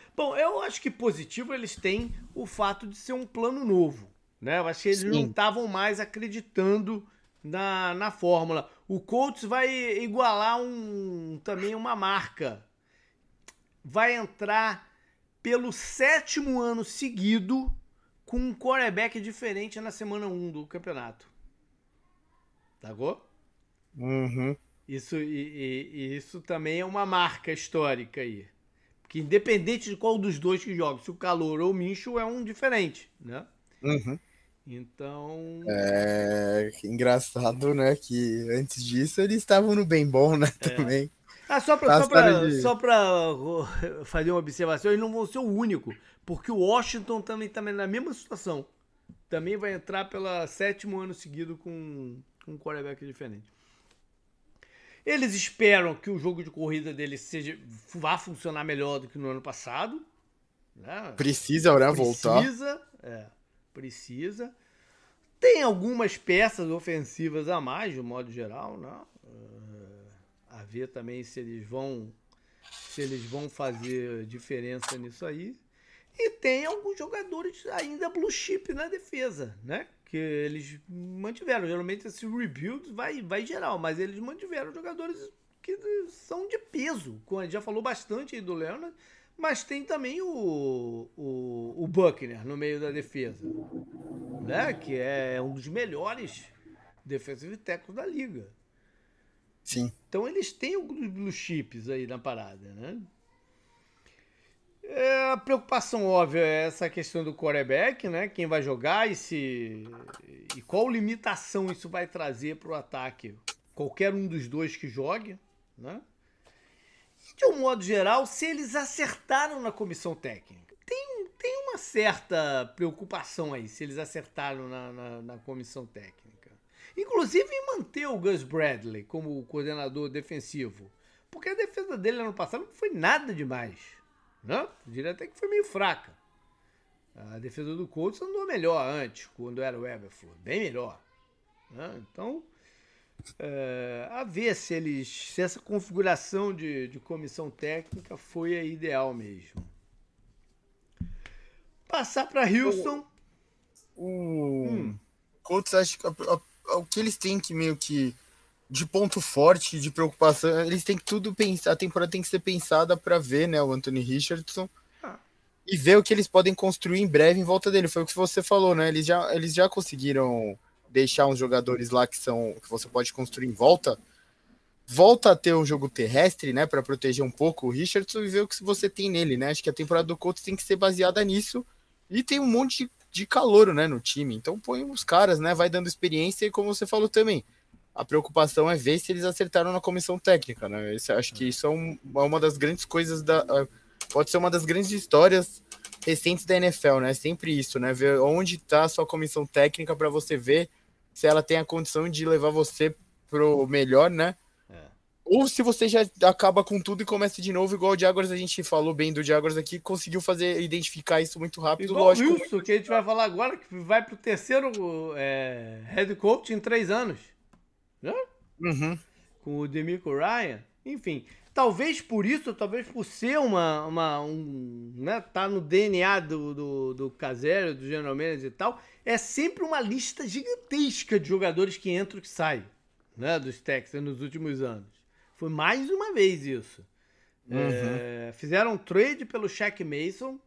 Bom, eu acho que positivo eles têm o fato de ser um plano novo, né? Eu acho que eles Sim. não estavam mais acreditando na, na fórmula. O Colts vai igualar um, também uma marca. Vai entrar pelo sétimo ano seguido com um quarterback diferente na semana um do campeonato. Sacou? Uhum. Isso, e, e, e isso também é uma marca histórica aí. Porque independente de qual dos dois que joga, se o Calor ou o Minshew, é um diferente, né? Uhum. Então... É engraçado, né? Que antes disso eles estavam no bem bom, né? É. Também. Ah, só pra, só, pra, de... só pra fazer uma observação, eles não vão ser o único, porque o Washington também está na mesma situação. Também vai entrar pelo sétimo ano seguido com, com um quarterback diferente. Eles esperam que o jogo de corrida deles seja, vá funcionar melhor do que no ano passado. Né? Precisa, né? Voltar. Precisa, é, precisa. Tem algumas peças ofensivas a mais, de modo geral, né? A ver também se eles vão se eles vão fazer diferença nisso aí. E tem alguns jogadores ainda blue chip na defesa, né? Que eles mantiveram. Geralmente esse rebuild vai, vai geral, mas eles mantiveram jogadores que são de peso. Como a gente já falou bastante aí do Leonard, mas tem também o, o, o Buckner no meio da defesa, né? Que é um dos melhores defensive tackles da liga. Sim. Então eles têm alguns blue chips aí na parada, né? É, a preocupação óbvia é essa questão do quarterback, né? Quem vai jogar e se e qual limitação isso vai trazer para o ataque. Qualquer um dos dois que jogue, né? De um modo geral, se eles acertaram na comissão técnica. Tem, tem uma certa preocupação aí, se eles acertaram na, na, na comissão técnica. Inclusive em manter o Gus Bradley como coordenador defensivo. Porque a defesa dele ano passado não foi nada demais. Né? Eu diria até que foi meio fraca. A defesa do Colts andou melhor antes, quando era o Eberflus. Bem melhor. Né? Então, é, a ver se, eles, se essa configuração de, de comissão técnica foi a ideal mesmo. Passar para Houston. O, o hum. Colts, acho que a, a, o que eles têm que meio que de ponto forte, de preocupação, eles têm que tudo pensar, a temporada tem que ser pensada para ver, né, o Anthony Richardson ah. e ver o que eles podem construir em breve em volta dele. Foi o que você falou, né? Eles já, eles já conseguiram deixar uns jogadores lá que são que você pode construir em volta. Volta a ter um jogo terrestre, né, para proteger um pouco o Richardson e ver o que você tem nele, né? Acho que a temporada do Colts tem que ser baseada nisso. E tem um monte de, de calouro, né, no time. Então põe os caras, né, vai dando experiência e como você falou também, a preocupação é ver se eles acertaram na comissão técnica, né? Esse, acho que isso é, um, é uma das grandes coisas da... Pode ser uma das grandes histórias recentes da N F L, né? Sempre isso, né? Ver onde está a sua comissão técnica para você ver se ela tem a condição de levar você pro melhor, né? É. Ou se você já acaba com tudo e começa de novo, igual o Jaguars, a gente falou bem do Jaguars aqui, conseguiu fazer, identificar isso muito rápido. Igual lógico. Isso muito... que a gente vai falar agora, que vai pro terceiro é, head coach em três anos. Né? Uhum. Com o DeMeco Ryan, enfim, talvez por isso, talvez por ser uma, uma um, né, tá no D N A do, do, do Caserio, do General Manager e tal, é sempre uma lista gigantesca de jogadores que entram e que saem, né, dos Texans nos últimos anos. Foi mais uma vez isso. Uhum. É, fizeram um trade pelo Shaq Mason,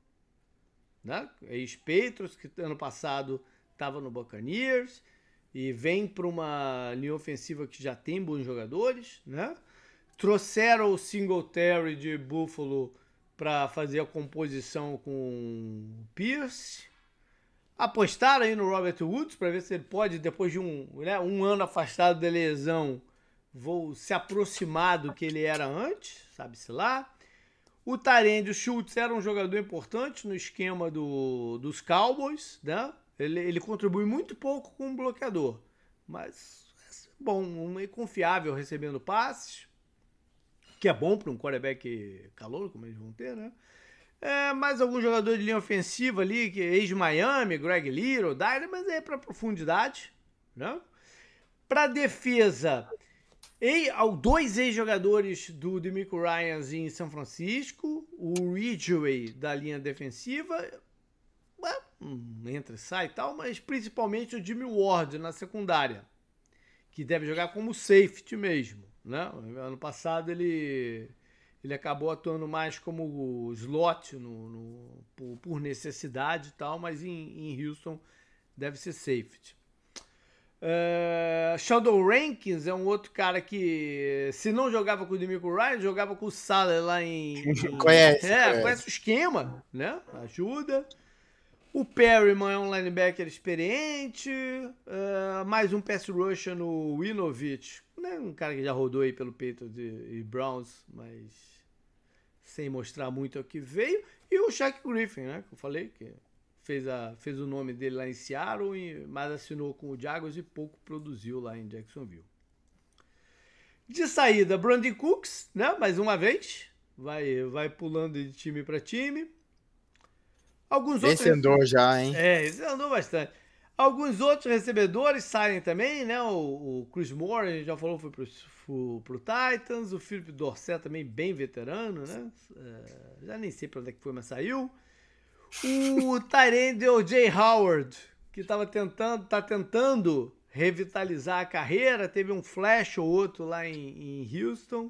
né, ex-Patriots, que ano passado estava no Buccaneers, e vem para uma linha ofensiva que já tem bons jogadores, né? Trouxeram o Singletary de Buffalo para fazer a composição com o Pierce. Apostaram aí no Robert Woods para ver se ele pode, depois de um, né, um ano afastado da lesão, vou se aproximar do que ele era antes, sabe-se lá. O Tyrande, o Schultz, era um jogador importante no esquema do, dos Cowboys, né? Ele, ele contribui muito pouco com o bloqueador, mas bom, um meio confiável recebendo passes, que é bom para um quarterback calouro, como eles vão ter, né? É, mais alguns jogadores de linha ofensiva ali, que ex-Miami, Greg Little, Dyer, mas é para profundidade, né? Para defesa, E ao dois ex-jogadores do DeMeco Ryans em São Francisco, o Ridgway da linha defensiva, entra e sai e tal, mas principalmente o Jimmy Ward na secundária, que deve jogar como safety mesmo, né? Ano passado ele, ele acabou atuando mais como slot no, no, por, por necessidade e tal, mas em, em Houston deve ser safety. Uh, Sheldon Rankins é um outro cara que, se não jogava com o DeMeco Ryans, jogava com o Saleh lá em... em conhece, é, conhece. conhece o esquema, né? Ajuda. O Perryman é um linebacker experiente. Uh, mais um pass rusher no Winovich, né? Um cara que já rodou aí pelo Patriots e, e Browns, mas sem mostrar muito o que veio. E o Shaq Griffin, né? Que eu falei que... Fez, a, fez o nome dele lá em Seattle, e, mas assinou com o Jaguars e pouco produziu lá em Jacksonville. De saída, Brandon Cooks, né? Mais uma vez. Vai, vai pulando de time para time. Alguns esse outros... andou já, hein? É, esse andou bastante. Alguns outros recebedores saem também, né? O, o Chris Moore, a gente já falou, foi pro, pro, pro Titans. O Philip Dorsett também bem veterano, né? É, já nem sei para onde é que foi, mas saiu. O tight end O J Howard, que estava tentando, tá tentando revitalizar a carreira, teve um flash ou outro lá em, em Houston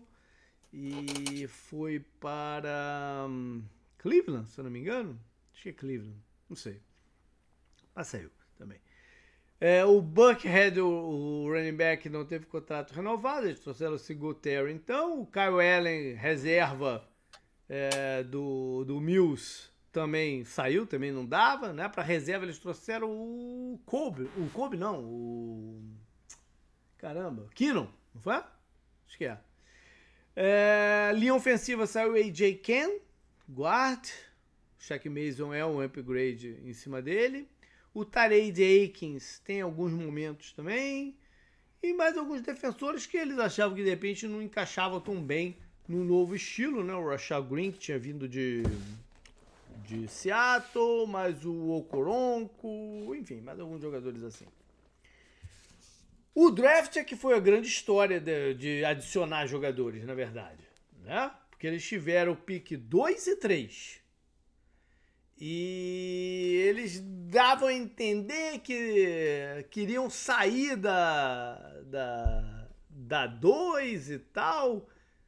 e foi para um, Cleveland, se eu não me engano. Acho que é Cleveland, não sei. Mas saiu também. É, o Buckhead, o, o running back, não teve contrato renovado, eles trouxeram o Singletary. Então, o Kyle Allen, reserva é, do, do Mills, também saiu, também não dava, né? Para reserva eles trouxeram o Kobe, o Kobe não, o caramba, Keenum, não foi? Acho que é. é linha ofensiva saiu o A J Ken, guard, o Shaq Mason é um upgrade em cima dele. O Tarade Akins tem alguns momentos também e mais alguns defensores que eles achavam que de repente não encaixavam tão bem no novo estilo, né? O Rashad Green, que tinha vindo de de Seattle, mais o Okoronkwo, enfim, mais alguns jogadores assim. O draft é que foi a grande história de, de adicionar jogadores, na verdade, né? Porque eles tiveram o pick dois e três. E eles davam a entender que queriam sair da da, da dois e tal,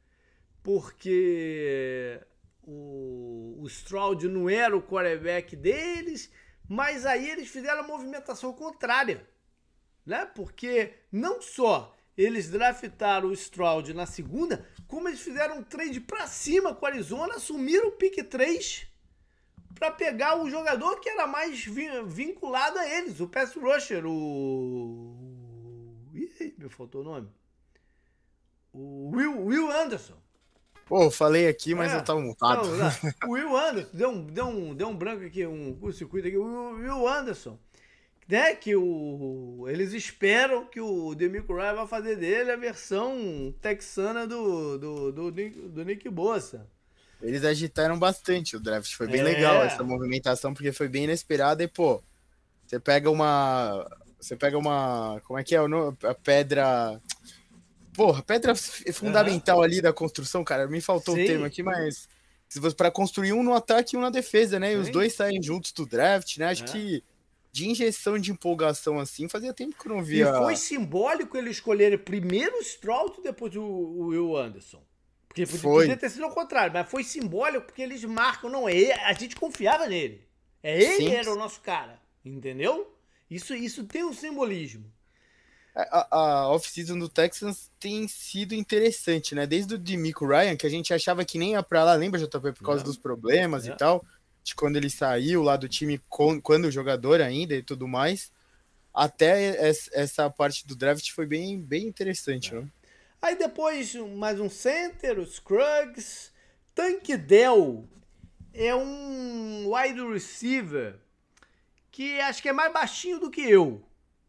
porque O, o Stroud não era o quarterback deles, mas aí eles fizeram a movimentação contrária, né? Porque não só eles draftaram o Stroud na segunda, como eles fizeram um trade pra cima com o Arizona, assumiram o pick três para pegar o jogador que era mais vinculado a eles, o pass rusher, o... Ih, me faltou o nome. O Will, Will Anderson. Pô, falei aqui, mas é, eu tava mutado. Não, o Will Anderson, deu um, deu, um, deu um branco aqui, um curto-circuito aqui. O Will Anderson, né, que o, eles esperam que o DeMeco Ryans vai fazer dele a versão texana do, do, do, do Nick Bosa. Eles agitaram bastante o draft, foi bem é. legal essa movimentação, porque foi bem inesperada e, pô, você pega uma... Você pega uma... Como é que é? A pedra... Porra, pedra fundamental uhum. ali da construção, cara. Me faltou Sim. o termo aqui, mas se você para construir um no ataque e um na defesa, né? E Sim. os dois saem juntos do draft, né? Acho é. que de injeção de empolgação assim, fazia tempo que eu não via. E foi simbólico ele escolher primeiro o Stroud e depois o, o Will Anderson. Porque podia, podia ter sido ao contrário, mas foi simbólico porque eles marcam, não, é, a gente confiava nele. É ele Sim. era o nosso cara, entendeu? Isso, isso tem um simbolismo. A, a off-season do Texans tem sido interessante, né? Desde o DeMeco Ryans, que a gente achava que nem ia pra lá, lembra, J P, por causa Não. dos problemas é. e tal, de quando ele saiu lá do time, com, quando jogador ainda e tudo mais, até essa parte do draft foi bem, bem interessante, é. né? Aí depois, mais um center, o Scruggs, Tank Dell é um wide receiver que acho que é mais baixinho do que eu.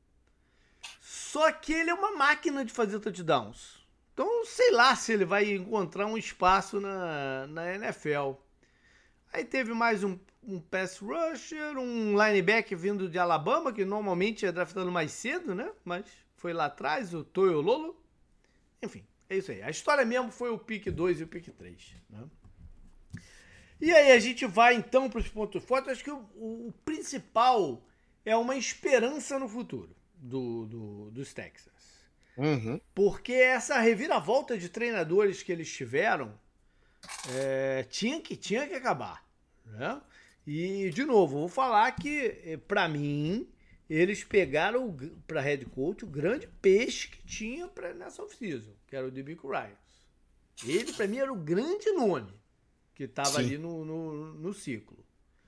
Só que ele é uma máquina de fazer touchdowns. Então, sei lá se ele vai encontrar um espaço na, na N F L. Aí teve mais um, um pass rusher, um linebacker vindo de Alabama, que normalmente é draftado mais cedo, né? Mas foi lá atrás, o Toyololo. enfim, é isso aí. A história mesmo foi o pick dois e o pick três, né? E aí a gente vai então para os pontos fortes. Acho que o, o, o principal é uma esperança no futuro do, do, dos Texans. Uhum. Porque essa reviravolta de treinadores que eles tiveram é, tinha, que, tinha que acabar, né? E, de novo, vou falar que, para mim, eles pegaram para head coach o grande peixe que tinha pra, nessa off-season, que era o DeMeco Ryans. Ele, para mim, era o grande nome que estava ali no, no, no ciclo.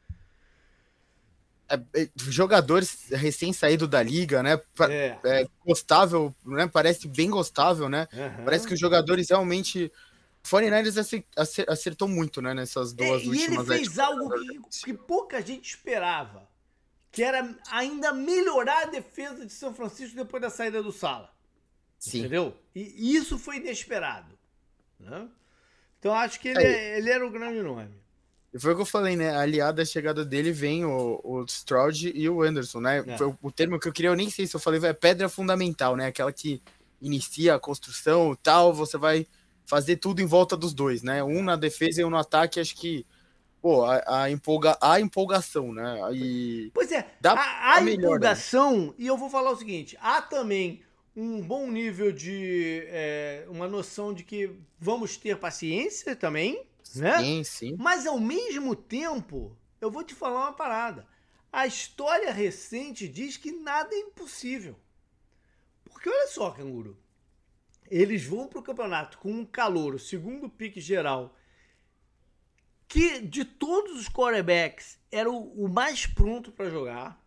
É, é, jogadores recém-saído da liga, né? É. É, gostável, né? Parece bem gostável, né? Uhum. Parece que os jogadores realmente... O quarenta e nove ers acertou muito, né? Nessas duas é, últimas... E ele fez algo que, que pouca gente esperava, que era ainda melhorar a defesa de São Francisco depois da saída do Saleh. Sim. Entendeu? E isso foi inesperado, né? Então acho que ele, é, ele era o grande nome. Foi o que eu falei, né? Aliado à chegada dele vem o, o Stroud e o Anderson, né? É. Foi o, o termo que eu queria, eu nem sei se eu falei, é pedra fundamental, né? Aquela que inicia a construção e tal, você vai fazer tudo em volta dos dois, né? Um na defesa e um no ataque, acho que, pô, a, a, empolga, a empolgação, né? E pois é, dá a, a melhor, empolgação, né? E eu vou falar o seguinte, há também um bom nível de, é, uma noção de que vamos ter paciência também, né? Sim, sim. Mas ao mesmo tempo, eu vou te falar uma parada. A história recente diz que nada é impossível. Porque olha só, Canguru. Eles vão pro campeonato com um calouro, segundo pique geral, que de todos os quarterbacks era o, o mais pronto para jogar.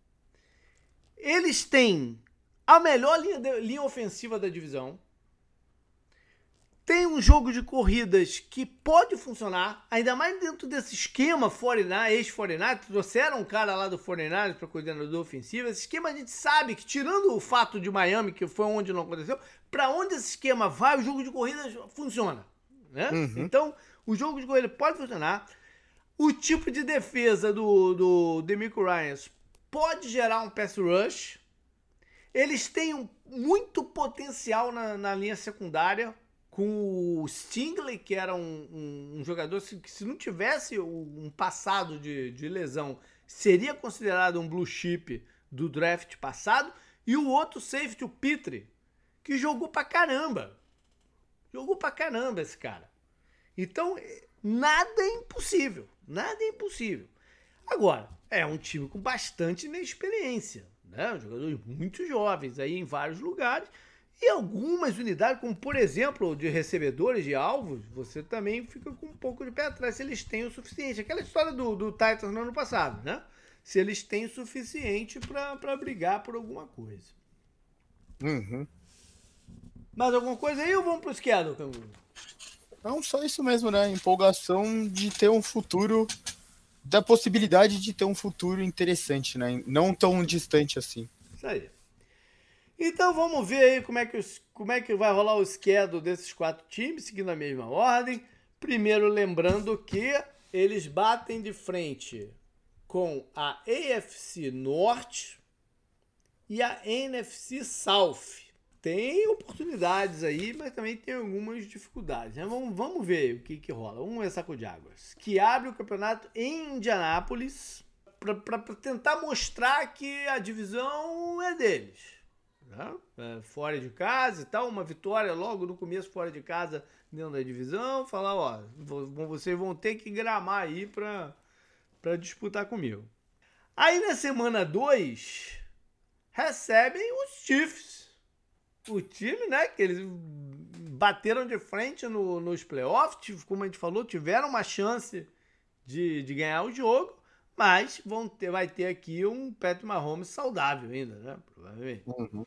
Eles têm a melhor linha, de, linha ofensiva da divisão. Tem um jogo de corridas que pode funcionar, ainda mais dentro desse esquema ex-quarenta e nove, trouxeram um cara lá do quarenta e nove para coordenador ofensivo. Esse esquema a gente sabe que, tirando o fato de Miami, que foi onde não aconteceu, para onde esse esquema vai, o jogo de corridas funciona, né? Uhum. Então, o jogo de corrida pode funcionar. O tipo de defesa do, do DeMeco Ryans pode gerar um pass rush. Eles têm um, muito potencial na, na linha secundária, com o Stingley, que era um, um, um jogador que, se não tivesse um passado de, de lesão, seria considerado um blue chip do draft passado. E o outro safety, o Pitre, que jogou pra caramba. Jogou pra caramba esse cara. Então, nada é impossível. Nada é impossível. Agora, é um time com bastante inexperiência, né? Jogadores muito jovens aí em vários lugares. E algumas unidades, como por exemplo, de recebedores de alvos, você também fica com um pouco de pé atrás se eles têm o suficiente. Aquela história do, do Titans no ano passado, né? Se eles têm o suficiente para brigar por alguma coisa. Uhum. Mais alguma coisa aí ou vamos pro schedule, Canguru? Não, só isso mesmo, né? Empolgação de ter um futuro, da possibilidade de ter um futuro interessante, né? Não tão distante assim. Isso aí. Então vamos ver aí como é que, os, como é que vai rolar o schedule desses quatro times, seguindo a mesma ordem. Primeiro, lembrando que eles batem de frente com a A F C Norte e a N F C South. Tem oportunidades aí, mas também tem algumas dificuldades, né? Vamos, vamos ver o que, que rola. Vamos começar com o Jaguars, que abre o campeonato em Indianápolis para tentar mostrar que a divisão é deles. Né? É, fora de casa e tal, uma vitória logo no começo fora de casa dentro da divisão, falar, ó, vocês vão ter que gramar aí para para disputar comigo. Aí na semana dois recebem os Chiefs, o time, né, que eles bateram de frente no, nos playoffs, como a gente falou, tiveram uma chance de, de ganhar o jogo, mas vão ter, vai ter aqui um Patrick Mahomes saudável ainda, né, provavelmente. Uhum.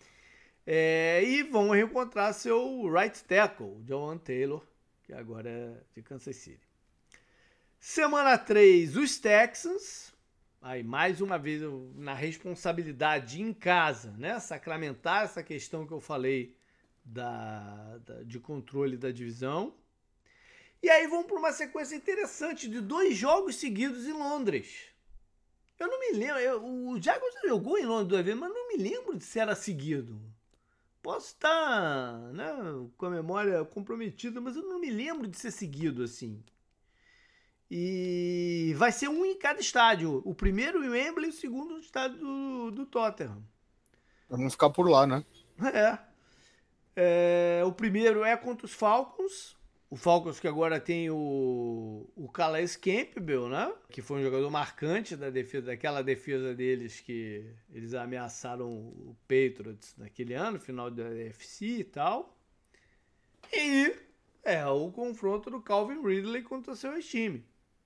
É, e vão reencontrar seu right tackle, Jawan Taylor, que agora é de Kansas City. Semana três, os Texans, aí mais uma vez na responsabilidade em casa, né? Sacramentar essa questão que eu falei da, da, de controle da divisão. E aí vão para uma sequência interessante de dois jogos seguidos em Londres. Eu não me lembro, eu, o Jaguars jogou em Londres duas vezes, mas não me lembro de se era seguido. posso estar, né, com a memória comprometida, mas eu não me lembro de ser seguido assim. E vai ser um em cada estádio. O primeiro em Wembley e o segundo no estádio do, do Tottenham. Vamos ficar por lá, né? É. é. O primeiro é contra os Falcons. O Falcons que agora tem o, o Calais Campbell, né? Que foi um jogador marcante da defesa, daquela defesa deles que eles ameaçaram o Patriots naquele ano, final da A F C e tal. E é o confronto do Calvin Ridley contra o seu ex-time.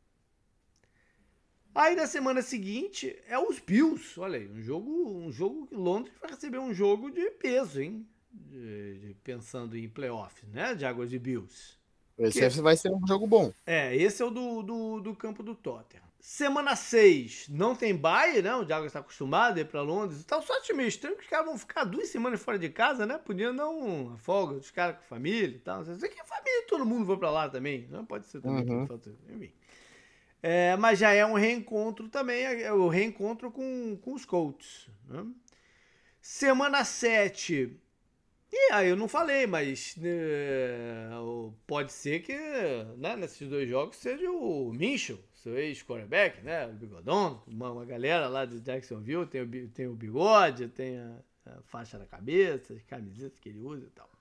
Aí na semana seguinte é os Bills. Olha aí, um jogo, um jogo que Londres vai receber um jogo de peso, hein? De, de, pensando em playoffs, né? Jaguars e Bills. Esse que, vai ser um jogo bom. É, esse é o do, do, do campo do Tottenham. Semana seis, não tem bye, né? O Jaguars está acostumado a ir para Londres e tal. Só acho meio estranho que os caras vão ficar duas semanas fora de casa, né? Podia dar uma folga dos caras com família e tal. Não sei que a família, todo mundo vai para lá também. Não pode ser também. Uhum. Enfim. É, mas já é um reencontro também, é o reencontro com, com os Colts. Né? Semana sete. E aí eu não falei, mas é, pode ser que, né, nesses dois jogos seja o Minshew, seu ex-quarterback, né? O Bigodon, uma, uma galera lá de Jacksonville, tem o, tem o bigode, tem a, a faixa na cabeça, as camisetas que ele usa e tal.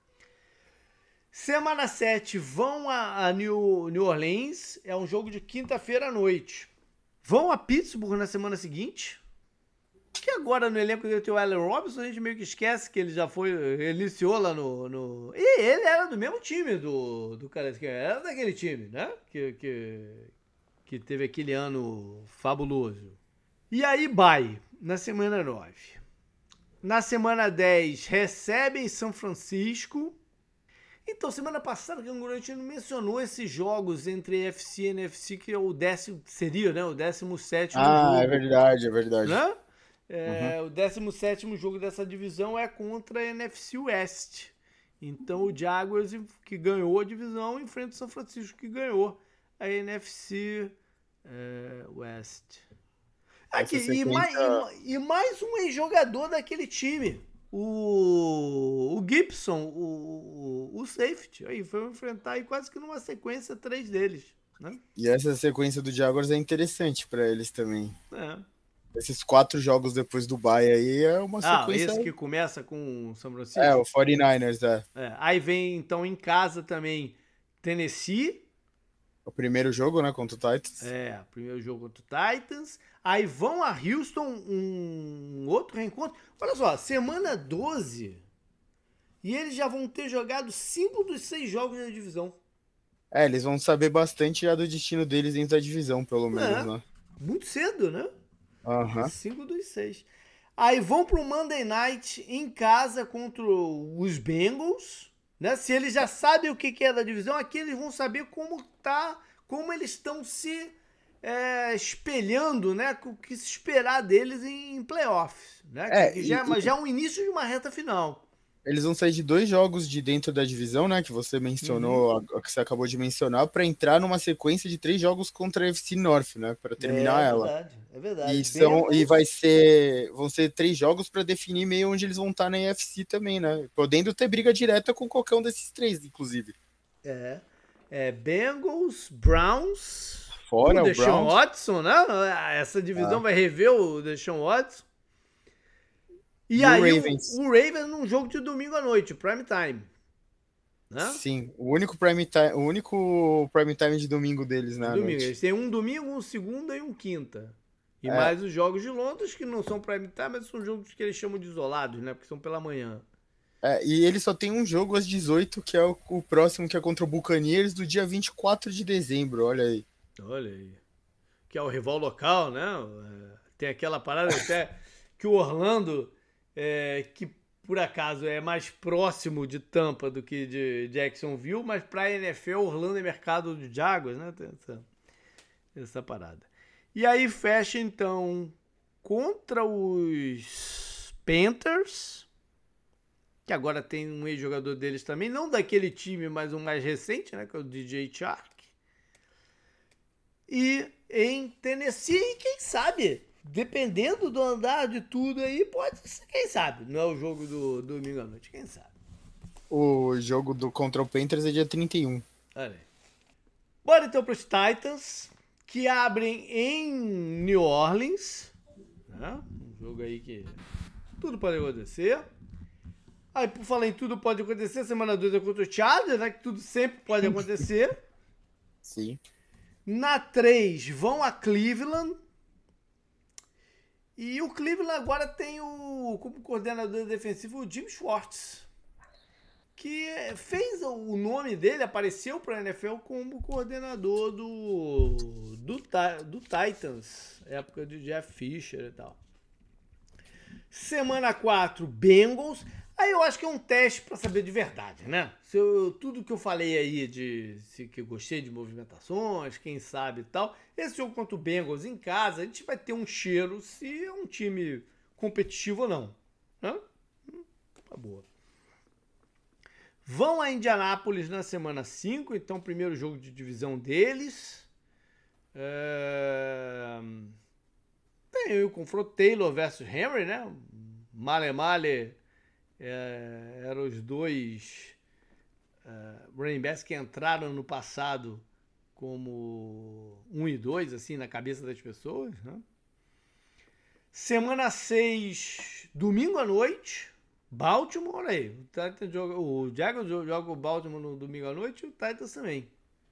Semana sete, vão a, a New, New Orleans, é um jogo de quinta-feira à noite. Vão a Pittsburgh na semana seguinte, que agora no elenco dele tem o Allen Robinson, a gente meio que esquece que ele já foi, ele iniciou lá no... no... E ele era do mesmo time do, do cara, era daquele time, né? Que, que, que teve aquele ano fabuloso. E aí, bye, na semana nove. Na semana dez, recebem São Francisco. Então, semana passada, que o gente mencionou esses jogos entre A F C e N F C, que é o décimo, seria, né? O décimo sétimo ah, jogo. Ah, é verdade, é verdade. Né? É, uhum. O décimo sétimo jogo dessa divisão é contra a N F C West. Então, o Jaguars, que ganhou a divisão, enfrenta o São Francisco, que ganhou a N F C é, West. Aqui, e, mais, e, e mais um ex-jogador daquele time. O, o Gibson, o, o, o safety, aí foi enfrentar aí quase que numa sequência três deles, né? E essa sequência do Jaguars é interessante para eles também. É. Esses quatro jogos depois do bye aí é uma ah, sequência... Ah, esse que começa com o São Francisco? É, o forty-niners, é. é. Aí vem então em casa também Tennessee. O primeiro jogo, né, contra o Titans. É, o primeiro jogo contra o Titans. Aí vão a Houston, um outro reencontro. Olha só, semana doze. E eles já vão ter jogado cinco dos seis jogos da divisão. É, eles vão saber bastante já do destino deles dentro da divisão, pelo menos, é, né? Muito cedo, né? Aham. Uhum. cinco dos seis. Aí vão pro Monday Night em casa contra os Bengals. Né? Se eles já sabem o que é da divisão, aqui eles vão saber como tá, como eles estão se é, espelhando, né? O que se esperar deles em playoffs, né? É, que já, e, mas já é um início de uma reta final. Eles vão sair de dois jogos de dentro da divisão, né? Que você mencionou, uhum. a, que você acabou de mencionar, para entrar numa sequência de três jogos contra a A F C North, né? Para terminar é, ela. É verdade, é verdade. E, são, e vai ser, vão ser três jogos para definir meio onde eles vão estar na A F C também, né? Podendo ter briga direta com qualquer um desses três, inclusive. É. é Bengals, Browns, fora o o Deshaun Browns. Watson, né? Essa divisão ah. vai rever o Deshaun Watson. E, e aí, o Ravens. O, o Ravens num jogo de domingo à noite, prime time. Né? Sim, o único prime time, o único prime time de domingo deles, né? Domingo. Noite. Eles têm um domingo, um segunda e um quinta. E é. mais os jogos de Londres, que não são prime time, mas são jogos que eles chamam de isolados, né? Porque são pela manhã. É, e ele só tem um jogo às dezoito, que é o, o próximo, que é contra o Buccaneers, do dia vinte e quatro de dezembro, olha aí. Olha aí. Que é o rival local, né? Tem aquela parada até que o Orlando... É, que por acaso é mais próximo de Tampa do que de Jacksonville, mas para a N F L, Orlando é mercado de Jaguars, né? Tem essa, essa parada. E aí fecha então contra os Panthers, que agora tem um ex-jogador deles também, não daquele time, mas um mais recente, né? Que é o D J Chark. E em Tennessee, quem sabe dependendo do andar de tudo aí, pode ser, quem sabe. Não é o jogo do, do domingo à noite, quem sabe. O jogo do contra o Panthers é dia trinta e um. Olha aí. Bora então para os Titans, que abrem em New Orleans. Né? Um jogo aí que tudo pode acontecer. Aí, por falar em tudo pode acontecer, semana dois é contra o Chargers, né? Que tudo sempre pode acontecer. Sim. Na três vão a Cleveland. E o Cleveland agora tem o, como coordenador defensivo, o Jim Schwartz, que fez o nome dele, apareceu para a N F L como coordenador do, do, do Titans, época de Jeff Fisher e tal. Semana quatro, Bengals. Aí eu acho que é um teste para saber de verdade, né? Se eu, tudo que eu falei aí de se, que eu gostei de movimentações, quem sabe e tal. Esse jogo contra o Bengals em casa, a gente vai ter um cheiro se é um time competitivo ou não. Né? Tá boa. Vão a Indianápolis na semana cinco, então primeiro jogo de divisão deles. É... Tem aí o confronto Taylor versus Henry, né? Male Male é, eram os dois uh, running backs que entraram no passado como um e dois, assim, na cabeça das pessoas. Né? Semana seis, domingo à noite, Baltimore, olha aí, o, Titans joga, o Jaguars joga o Baltimore no domingo à noite e o Titans também.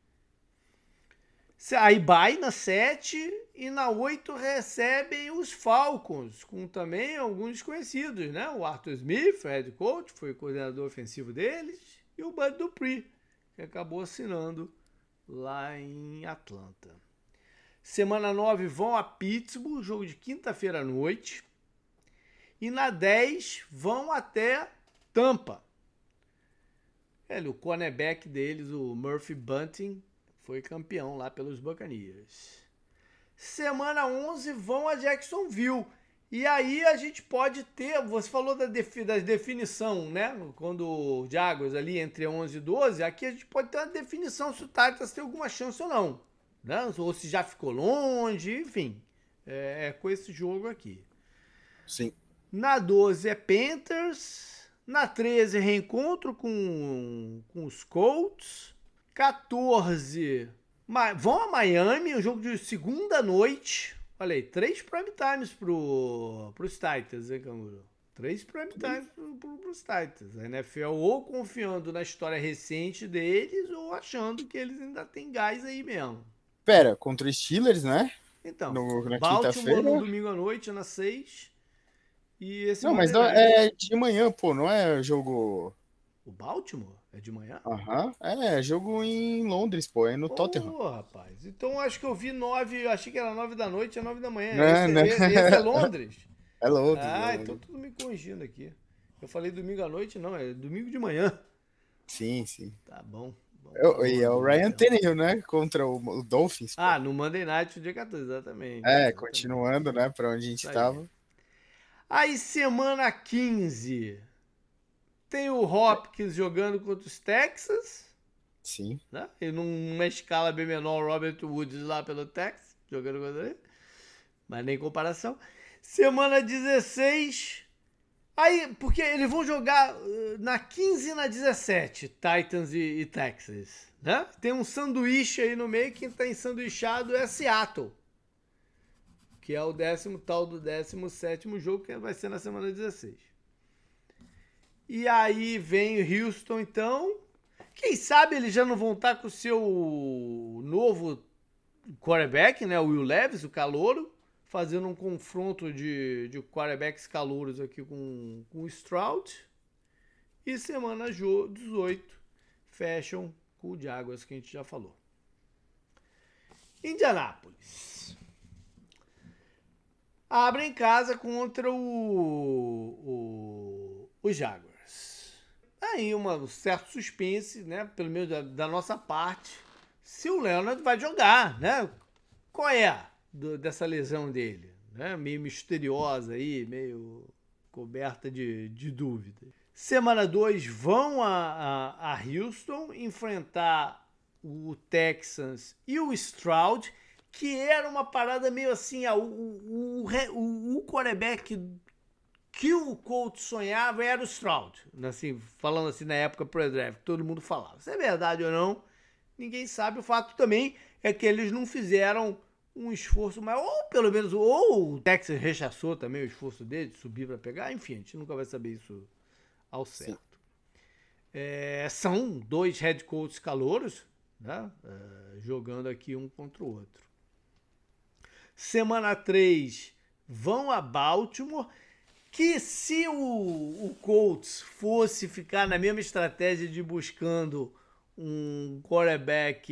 Aí vai na sete e na oito recebem os Falcons, com também alguns desconhecidos, né? O Arthur Smith, head coach, foi o coordenador ofensivo deles, e o Bud Dupree, que acabou assinando lá em Atlanta. Semana nove vão a Pittsburgh, jogo de quinta-feira à noite. E na dez vão até Tampa. Ele, o cornerback deles, o Murphy Bunting, foi campeão lá pelos Buccaneers. Semana onze vão a Jacksonville. E aí a gente pode ter, você falou da, defi, da definição, né? Quando o Jaguars ali entre onze e doze, aqui a gente pode ter uma definição se o Titans tem alguma chance ou não. Né? Ou se já ficou longe, enfim. É, é com esse jogo aqui. Sim. Na doze é Panthers. Na treze, reencontro com, com os Colts. quatorze, vão a Miami, um jogo de segunda noite. Olha aí, três prime times pro, pros Titans, hein, Canguru? Três prime times pro, pro, pros Titans. A N F L ou confiando na história recente deles ou achando que eles ainda têm gás aí mesmo. Pera, contra os Steelers, né? Então, no, na Baltimore no domingo à noite, na seis. E esse não, mas não, é de manhã, pô, não é jogo... O Baltimore? É de manhã? Aham, uhum. É jogo em Londres, pô, é no Pô, Tottenham. Pô, rapaz, então acho que eu vi nove, achei que era nove da noite, é nove da manhã. Não, esse, não. Esse, esse é Londres? É Londres. Ah, é então Londres. tudo me corrigindo aqui. Eu falei domingo à noite, não, é domingo de manhã. Sim, sim. Tá bom. bom eu, e é o Ryan Tannehill, né, contra o, o Dolphins. Pô. Ah, no Monday Night, dia quatorze, exatamente. É, exatamente. continuando, né, pra onde a gente tava. Aí, semana quinze, tem o Hopkins jogando contra os Texans. Sim. Né? E numa escala bem menor, o Robert Woods lá pelo Texas, jogando contra ele. Mas nem comparação. Semana dezesseis. Aí, porque eles vão jogar uh, na quinze e na dezessete, Titans e, e Texas. Né? Tem um sanduíche aí no meio, quem tá ensanduichado é Seattle. Que é o décimo tal do décimo sétimo jogo, que vai ser na semana dezesseis. E aí vem o Houston, então. Quem sabe eles já não vão estar com o seu novo quarterback, né? O Will Levis, o calouro, fazendo um confronto de, de quarterbacks calouros aqui com, com o Stroud. E semana dezoito, fecham com o Jaguars, que a gente já falou. Indianápolis. Abre em casa contra o, o, o Jaguars. Aí uma, um certo suspense, né? Pelo menos da, da nossa parte, se o Leonard vai jogar, né? Qual é do, dessa lesão dele? Né? Meio misteriosa aí, meio coberta de, de dúvida. Semana dois vão a, a, a Houston enfrentar o Texans e o Stroud, que era uma parada meio assim, ah, o, o, o re, o, o quarterback que o Colts sonhava era o Stroud. Assim, falando assim na época pré-draft, todo mundo falava. Se é verdade ou não, ninguém sabe. O fato também é que eles não fizeram um esforço maior, ou pelo menos, ou o Texas rechaçou também o esforço dele de subir para pegar. Enfim, a gente nunca vai saber isso ao certo. É, são dois head coaches calouros, né? É, jogando aqui um contra o outro. Semana três vão a Baltimore, que se o, o Colts fosse ficar na mesma estratégia de buscando um quarterback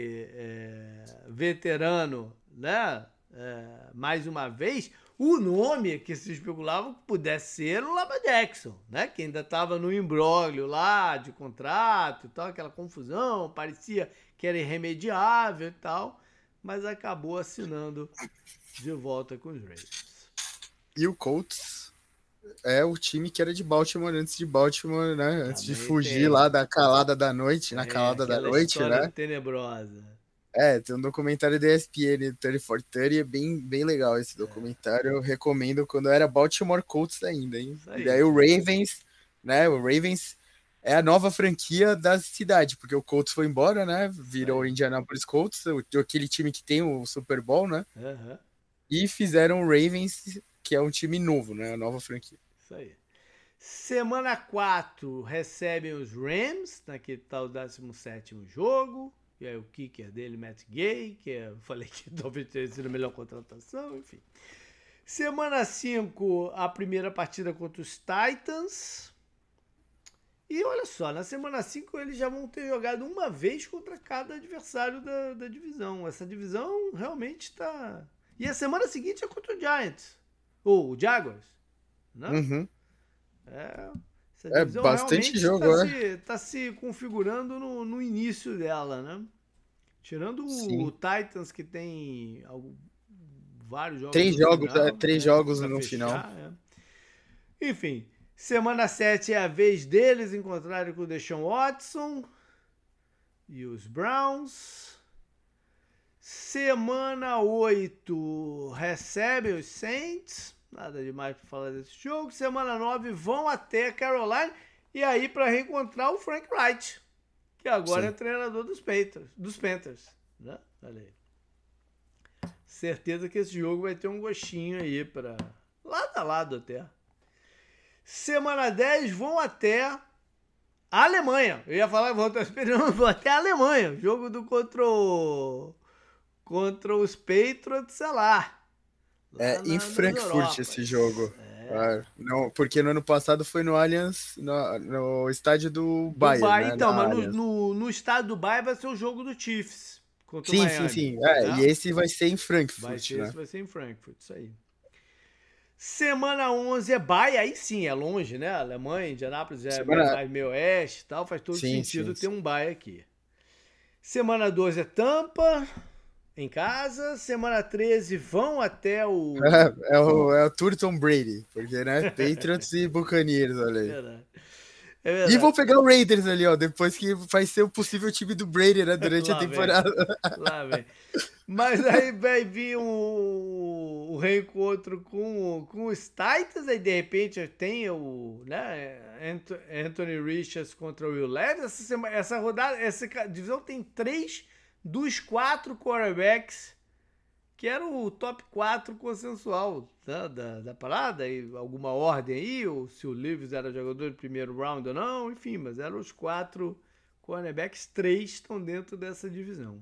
é, veterano, né? É, mais uma vez, o nome que se especulava que pudesse ser o Lamar Jackson, né? Que ainda estava no imbróglio lá de contrato e tal, aquela confusão, parecia que era irremediável e tal, mas acabou assinando de volta com os Ravens. E o Colts é o time que era de Baltimore antes de Baltimore, né? Antes Também de fugir tem. lá da calada da noite, tem, na calada da noite, né? Tenebrosa. É, tem um documentário da E S P N, trinta por trinta, é bem, bem legal esse documentário, eu recomendo quando era Baltimore Colts ainda, hein? E daí o Ravens, né, o Ravens é a nova franquia da cidade, porque o Colts foi embora, né, virou o Indianapolis Colts, aquele time que tem o Super Bowl, né, uhum. E fizeram o Ravens, que é um time novo, né, a nova franquia. Isso aí. Semana quatro recebem os Rams, naquele tal décimo sétimo jogo. E aí o kicker dele, Matt Gay, que eu falei que talvez tenha sido a melhor contratação, enfim. Semana cinco, a primeira partida contra os Titans. E olha só, na semana cinco eles já vão ter jogado uma vez contra cada adversário da, da divisão. Essa divisão realmente está... E a semana seguinte é contra o Giants. Ou o Jaguars, né? Uhum. É... É bastante jogo, tá né? Se, tá se configurando no, no início dela, né? Tirando Sim. o Titans, que tem algum, vários jogos Três no jogos, final. É, três é, jogos no fechar, final. É. Enfim, semana sete é a vez deles encontrarem com o Deshaun Watson e os Browns. Semana oito recebem os Saints. Nada demais para falar desse jogo. Semana nove vão até Carolina. E aí para reencontrar o Frank Reich, que agora Sim. é treinador dos Panthers. Dos Panthers, né? Olha aí. Certeza que esse jogo vai ter um gostinho aí para lado a lado até. Semana dez vão até a Alemanha. Eu ia falar, vou estar esperando, vou até a Alemanha. Jogo do contra, o, contra os Patriots, sei lá. É em Frankfurt esse jogo. É. Ah, não, porque no ano passado foi no Allianz, no, no estádio do Bayern. Bayern, né? Então, Na mas no, no, no estádio do Bayern vai ser o jogo do Chiefs. Contra sim, o Miami, sim, sim. É, né? E esse vai ser em Frankfurt. Vai ser, né? Esse vai ser em Frankfurt, isso aí. Semana onze é Bayern, aí sim, é longe, né? Alemanha, Indianápolis é Semana... mais meio oeste e tal, faz todo sim, sentido sim, ter sim. um Bayern aqui. Semana doze é Tampa. Em casa, semana treze vão até o... É, é o, é o Tour Tom Brady, porque, né, Patriots e Buccaneers, olha aí. É verdade. É verdade. E vão pegar o Raiders ali, ó, depois que vai ser o possível time do Brady, né, durante Lá a temporada. Vem. Lá vem. Mas aí vai vir um, um reencontro com, com os Titans, aí de repente tem o, né, Anthony Richards contra o Will Levis. Essa, semana, essa rodada, essa divisão tem três... dos quatro quarterbacks, que era o top quatro consensual, tá? da, da parada, e alguma ordem aí, ou se o Levis era jogador de primeiro round ou não, enfim, mas eram os quatro quarterbacks, três estão dentro dessa divisão.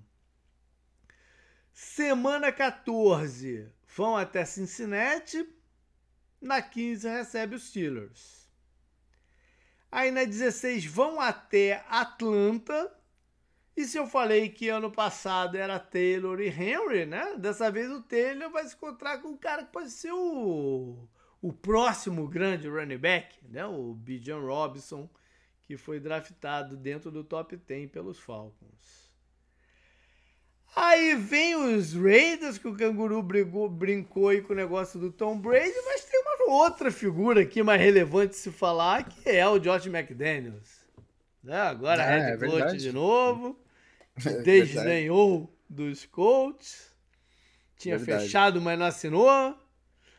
Semana quatorze, vão até Cincinnati, na quinze recebe os Steelers. Aí na dezesseis vão até Atlanta. E se eu falei que ano passado era Taylor e Henry, né? Dessa vez o Taylor vai se encontrar com um cara que pode ser o, o próximo grande running back, né? O Bijan Robinson, que foi draftado dentro do top dez pelos Falcons. Aí vem os Raiders, que o Canguru brigou, brincou aí com o negócio do Tom Brady, mas tem uma outra figura aqui mais relevante de se falar, que é o Josh McDaniels. Né? Agora é, head coach verdade. de novo. Desdenhou dos Colts. Tinha verdade. fechado, mas não assinou.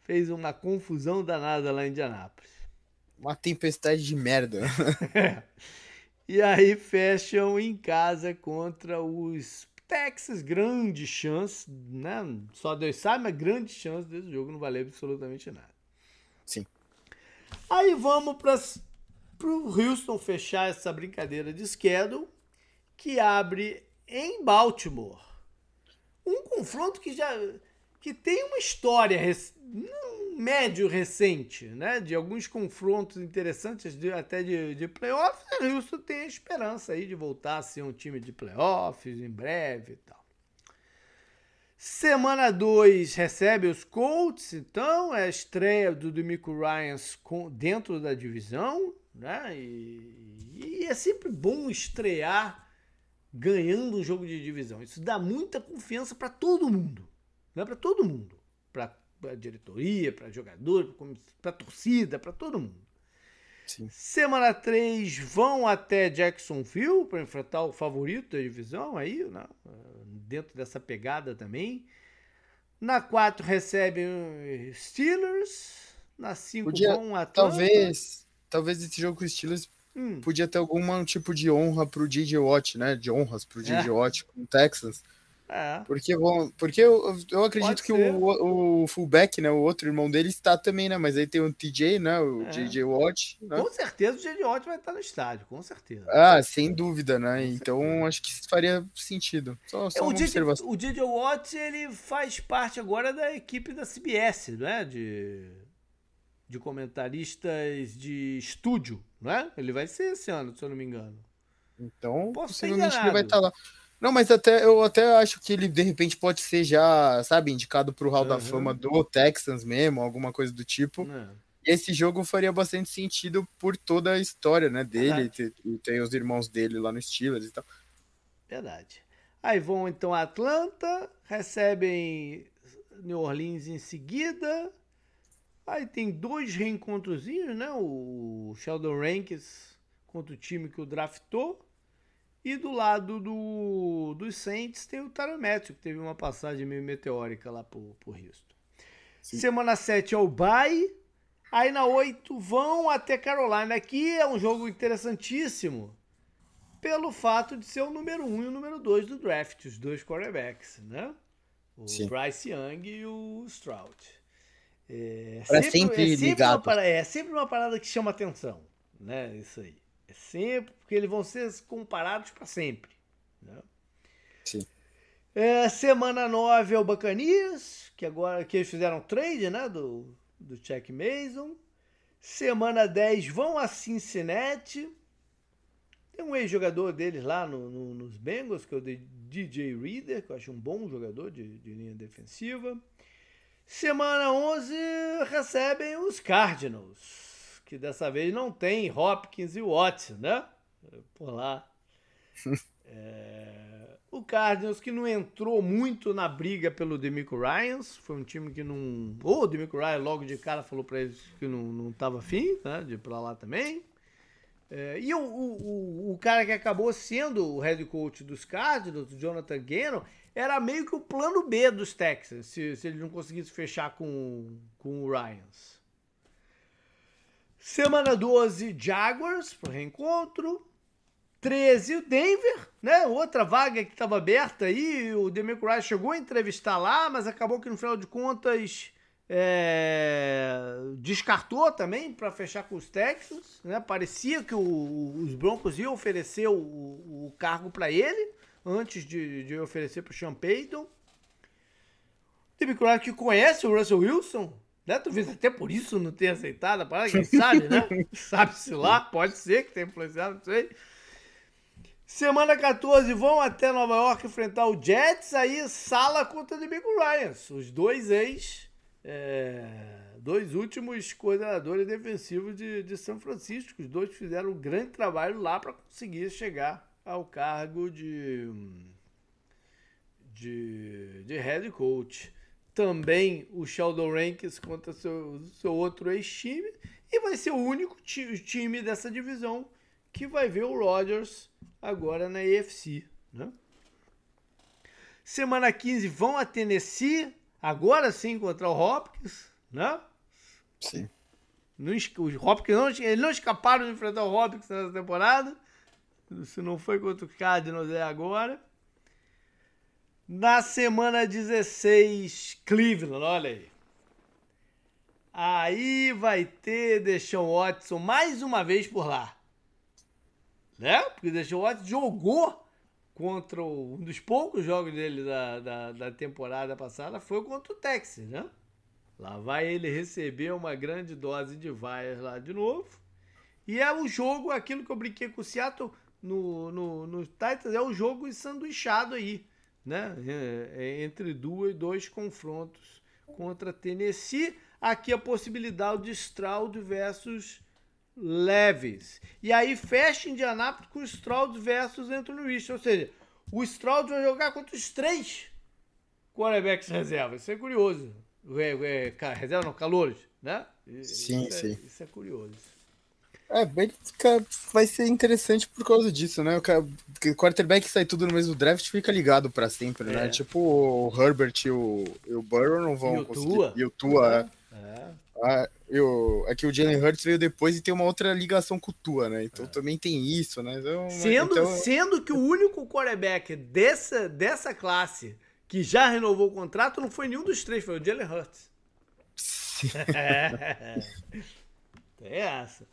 fez uma confusão danada lá em Indianápolis. Uma tempestade de merda. É. E aí fecham em casa contra os Texas. Grande chance, né? Só Deus sabe, mas grande chance desse jogo não valer absolutamente nada. Sim. Aí vamos para o Houston fechar essa brincadeira de schedule, que abre em Baltimore. Um confronto que já que tem uma história um médio recente, né? De alguns confrontos interessantes, de, até de, de playoffs. O Houston tem a esperança aí de voltar a ser um time de playoffs em breve e tal. Semana dois recebe os Colts, então é a estreia do DeMeco Ryans dentro da divisão, né? E, e é sempre bom estrear ganhando um jogo de divisão. Isso dá muita confiança para todo mundo, né? Para todo mundo, para a diretoria, para jogador, para torcida, para todo mundo. Sim. Semana três vão até Jacksonville para enfrentar o favorito da divisão aí, né? Dentro dessa pegada também. Na quatro recebem Steelers. Na cinco vão Atlanta. Talvez, talvez esse jogo com os Steelers hum. podia ter algum tipo de honra pro D J Watt, né? De honras pro D J é. Watt com o Texans. É. Porque, bom, porque eu, eu acredito que o, o fullback, né, o outro irmão dele está também, né? Mas aí tem o T J, né? O é. D J Watt. Né? Com certeza o D J Watt vai estar no estádio, com certeza. Ah, sem dúvida, né? Com então certeza. Acho que isso faria sentido. Só, só é, uma o D J, observação. O D J Watt, ele faz parte agora da equipe da C B S, né? De, de comentaristas de estúdio, né? Ele vai ser esse ano, se eu não me engano. Então, Posso possivelmente ele vai estar lá. Não, mas até, eu até acho que ele, de repente, pode ser já, sabe, indicado pro Hall uhum. da Fama do Texans mesmo, alguma coisa do tipo. Uhum. E esse jogo faria bastante sentido por toda a história, né, dele. Tem, tem os irmãos dele lá no Steelers e tal. Verdade. Aí vão, então, a Atlanta, recebem New Orleans em seguida. Aí tem dois reencontrozinhos, né? O Sheldon Rankins contra o time que o draftou. E do lado do, dos Saints tem o Tyrann Mathieu, que teve uma passagem meio meteórica lá por, por Houston. Sim. Semana sete é o bye. Aí na oito vão até Carolina. Aqui é um jogo interessantíssimo pelo fato de ser o número um e o número dois do draft, os dois quarterbacks, né? O Sim. Bryce Young e o Stroud. É sempre, sempre, é, sempre ligado. Uma parada, é sempre uma parada que chama atenção, né? Isso aí. É sempre, porque eles vão ser comparados para sempre. Né? Sim. É, semana nove é o Buccaneers, que agora que eles fizeram trade, né? Do, do Check Mason. Semana dez vão a Cincinnati. Tem um ex-jogador deles lá no, no, nos Bengals, que é o D J Reader, que eu acho um bom jogador de, de linha defensiva. Semana onze recebem os Cardinals, que dessa vez não tem Hopkins e Watts, né? Por lá. É... O Cardinals que não entrou muito na briga pelo DeMeco Ryans, foi um time que não... Ou o DeMeco Ryans logo de cara falou pra eles que não, não tava afim, né? De ir pra lá também. É... E o, o, o cara que acabou sendo o head coach dos Cardinals, o Jonathan Gannon, era meio que o plano B dos Texans, se, se ele não conseguisse fechar com, com o Ryans. Semana doze, Jaguars, para o reencontro. treze, o Denver, né? Outra vaga que estava aberta aí. O DeMeco Ryans chegou a entrevistar lá, mas acabou que no final de contas é, descartou também para fechar com os Texans. Né? Parecia que o, os Broncos iam oferecer o, o cargo para ele antes de, de oferecer para o Sean Payton. O DeMeco Ryans que conhece o Russell Wilson. Né? Talvez até por isso não tenha aceitado a parada, quem sabe, né? Sabe-se lá, pode ser que tenha influenciado, não sei. Semana quatorze vão até Nova York enfrentar o Jets, aí Sala contra o DeMeco Ryans, os dois ex, é, dois últimos coordenadores defensivos de, de São Francisco. Os dois fizeram um grande trabalho lá para conseguir chegar ao cargo de, de, de head coach. Também o Sheldon Rankins contra seu, seu outro ex-time. E vai ser o único ti, time dessa divisão que vai ver o Rodgers agora na A F C. Né? Semana quinze vão a Tennessee. Agora sim contra o Hopkins. né? Sim. Não, os Hopkins não, eles não escaparam de enfrentar o Hopkins nessa temporada. Se não foi contra o Cardinals, é agora. Na semana dezesseis, Cleveland, olha aí. Aí vai ter Deshaun Watson mais uma vez por lá. Né? Porque Deshaun Watson jogou contra o, um dos poucos jogos dele da, da, da temporada passada, foi contra o Texas, né? Lá vai ele receber uma grande dose de vaias lá de novo. E é o jogo, aquilo que eu brinquei com o Seattle no, no, no Titans, é o jogo ensanduichado aí, né? É, é entre duas, dois confrontos contra Tennessee. Aqui a possibilidade de Stroud versus Levis. E aí fecha Indianápolis com Stroud versus Anthony Richardson. Ou seja, o Stroud vai jogar contra os três quarterbacks reserva. Isso é curioso. É, é, reserva não, calouros, né? Sim, isso sim. É, isso é curioso. É, bem, vai ser interessante por causa disso, né? O quarterback sai tudo no mesmo draft fica ligado pra sempre, é. né? Tipo o Herbert e o, e o Burrow não vão e conseguir. Tua. E o Tua. É. é. Ah, eu, é que o Jalen Hurts veio depois e tem uma outra ligação com o Tua, né? Então é. também tem isso, né? Então, sendo, então... sendo que o único quarterback dessa, dessa classe que já renovou o contrato não foi nenhum dos três, foi o Jalen Hurts. é. é essa.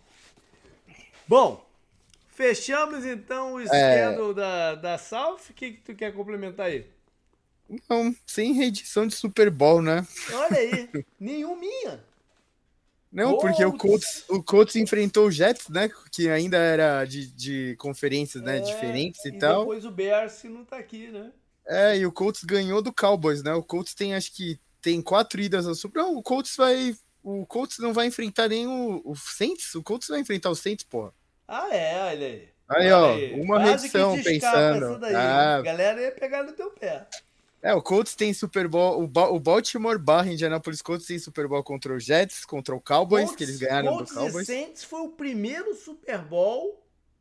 Bom, fechamos então o schedule é... da, da South. O que, que tu quer complementar aí? Não, sem reedição de Super Bowl, né? Olha aí, nenhuminha. Não, Colts. Porque o Colts, o Colts enfrentou o Jets, né? Que ainda era de, de conferências, né? É, diferentes e, e tal. E depois o Bears não tá aqui, né? É, e o Colts ganhou do Cowboys, né? O Colts tem, acho que, tem quatro idas ao Super Bowl. Não, o Colts vai... O Colts não vai enfrentar nem o, o Saints. O Colts vai enfrentar o Saints, porra. Ah, é, olha aí. Aí, olha ó, aí. uma reedição pensando. Daí, ah, a galera ia pegar no teu pé. É, o Colts tem Super Bowl, o, ba- o Baltimore barra Indianapolis Colts tem Super Bowl contra o Jets, contra o Cowboys, Colts, que eles ganharam Colts do Cowboys. E Saints foi o primeiro Super Bowl.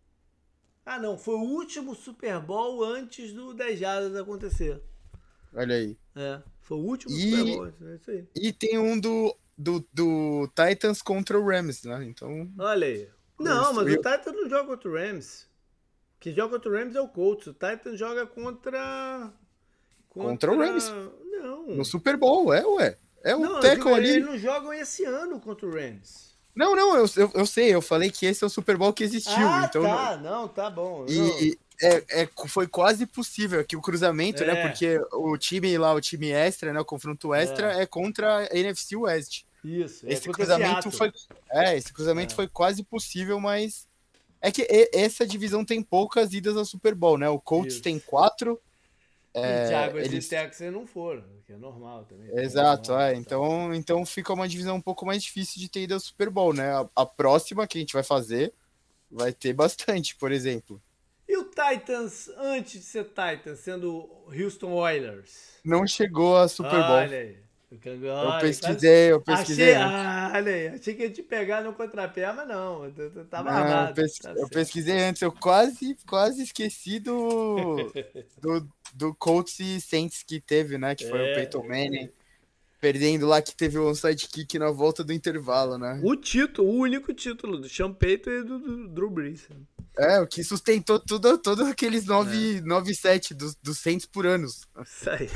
Ah, não, foi o último Super Bowl antes do dez jardas acontecer. Olha aí. É, foi o último e, Super Bowl, é isso aí. E tem um do, do, do Titans contra o Rams, né? Então. Olha aí. Não, mas eu... o Titans não joga contra o Rams. Quem joga contra o Rams é o Colts. O Titans joga contra. Contra, contra o Rams. Não. No Super Bowl, é, ué. É o não, tackle ali. Eles não jogam esse ano contra o Rams. Não, não, eu, eu, eu sei, eu falei que esse é o Super Bowl que existiu. Ah, então tá, não, não tá bom. E, e é, é, foi quase possível aqui o cruzamento, é. né? Porque o time lá, o time extra, né? O confronto extra é, é contra a N F C West. Isso, esse é cruzamento foi É, esse cruzamento é. foi quase possível, mas é que essa divisão tem poucas idas ao Super Bowl, né? O Colts Isso. tem quatro. É, e Jaguars eles... e Texans não foram, que é normal também. Exato, normal, é. Então, então fica uma divisão um pouco mais difícil de ter ido ao Super Bowl, né? A, a próxima que a gente vai fazer vai ter bastante, por exemplo. E o Titans, antes de ser Titans, sendo Houston Oilers? Não chegou a Super Bowl. Olha aí. Eu, eu pesquisei, eu pesquisei. Achei, ah, olha aí, achei que ia te pegar no contrapé, mas não, eu, eu tava não, armado. Eu, pesqu... tá eu pesquisei antes, eu quase, quase esqueci do, do, do Colts e Saints que teve, né? Que foi é, o Peyton Manning. É. Perdendo lá, que teve o onside kick na volta do intervalo, né? O título, o único título do Sean Payton e do, do Drew Brees. É, o que sustentou tudo, todos aqueles nove sete é. dos do Saints por anos. Isso aí.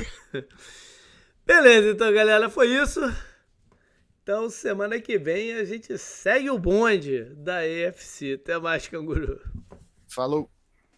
Beleza, então, galera, foi isso. Então, semana que vem a gente segue o bonde da A F C. Até mais, canguru. Falou.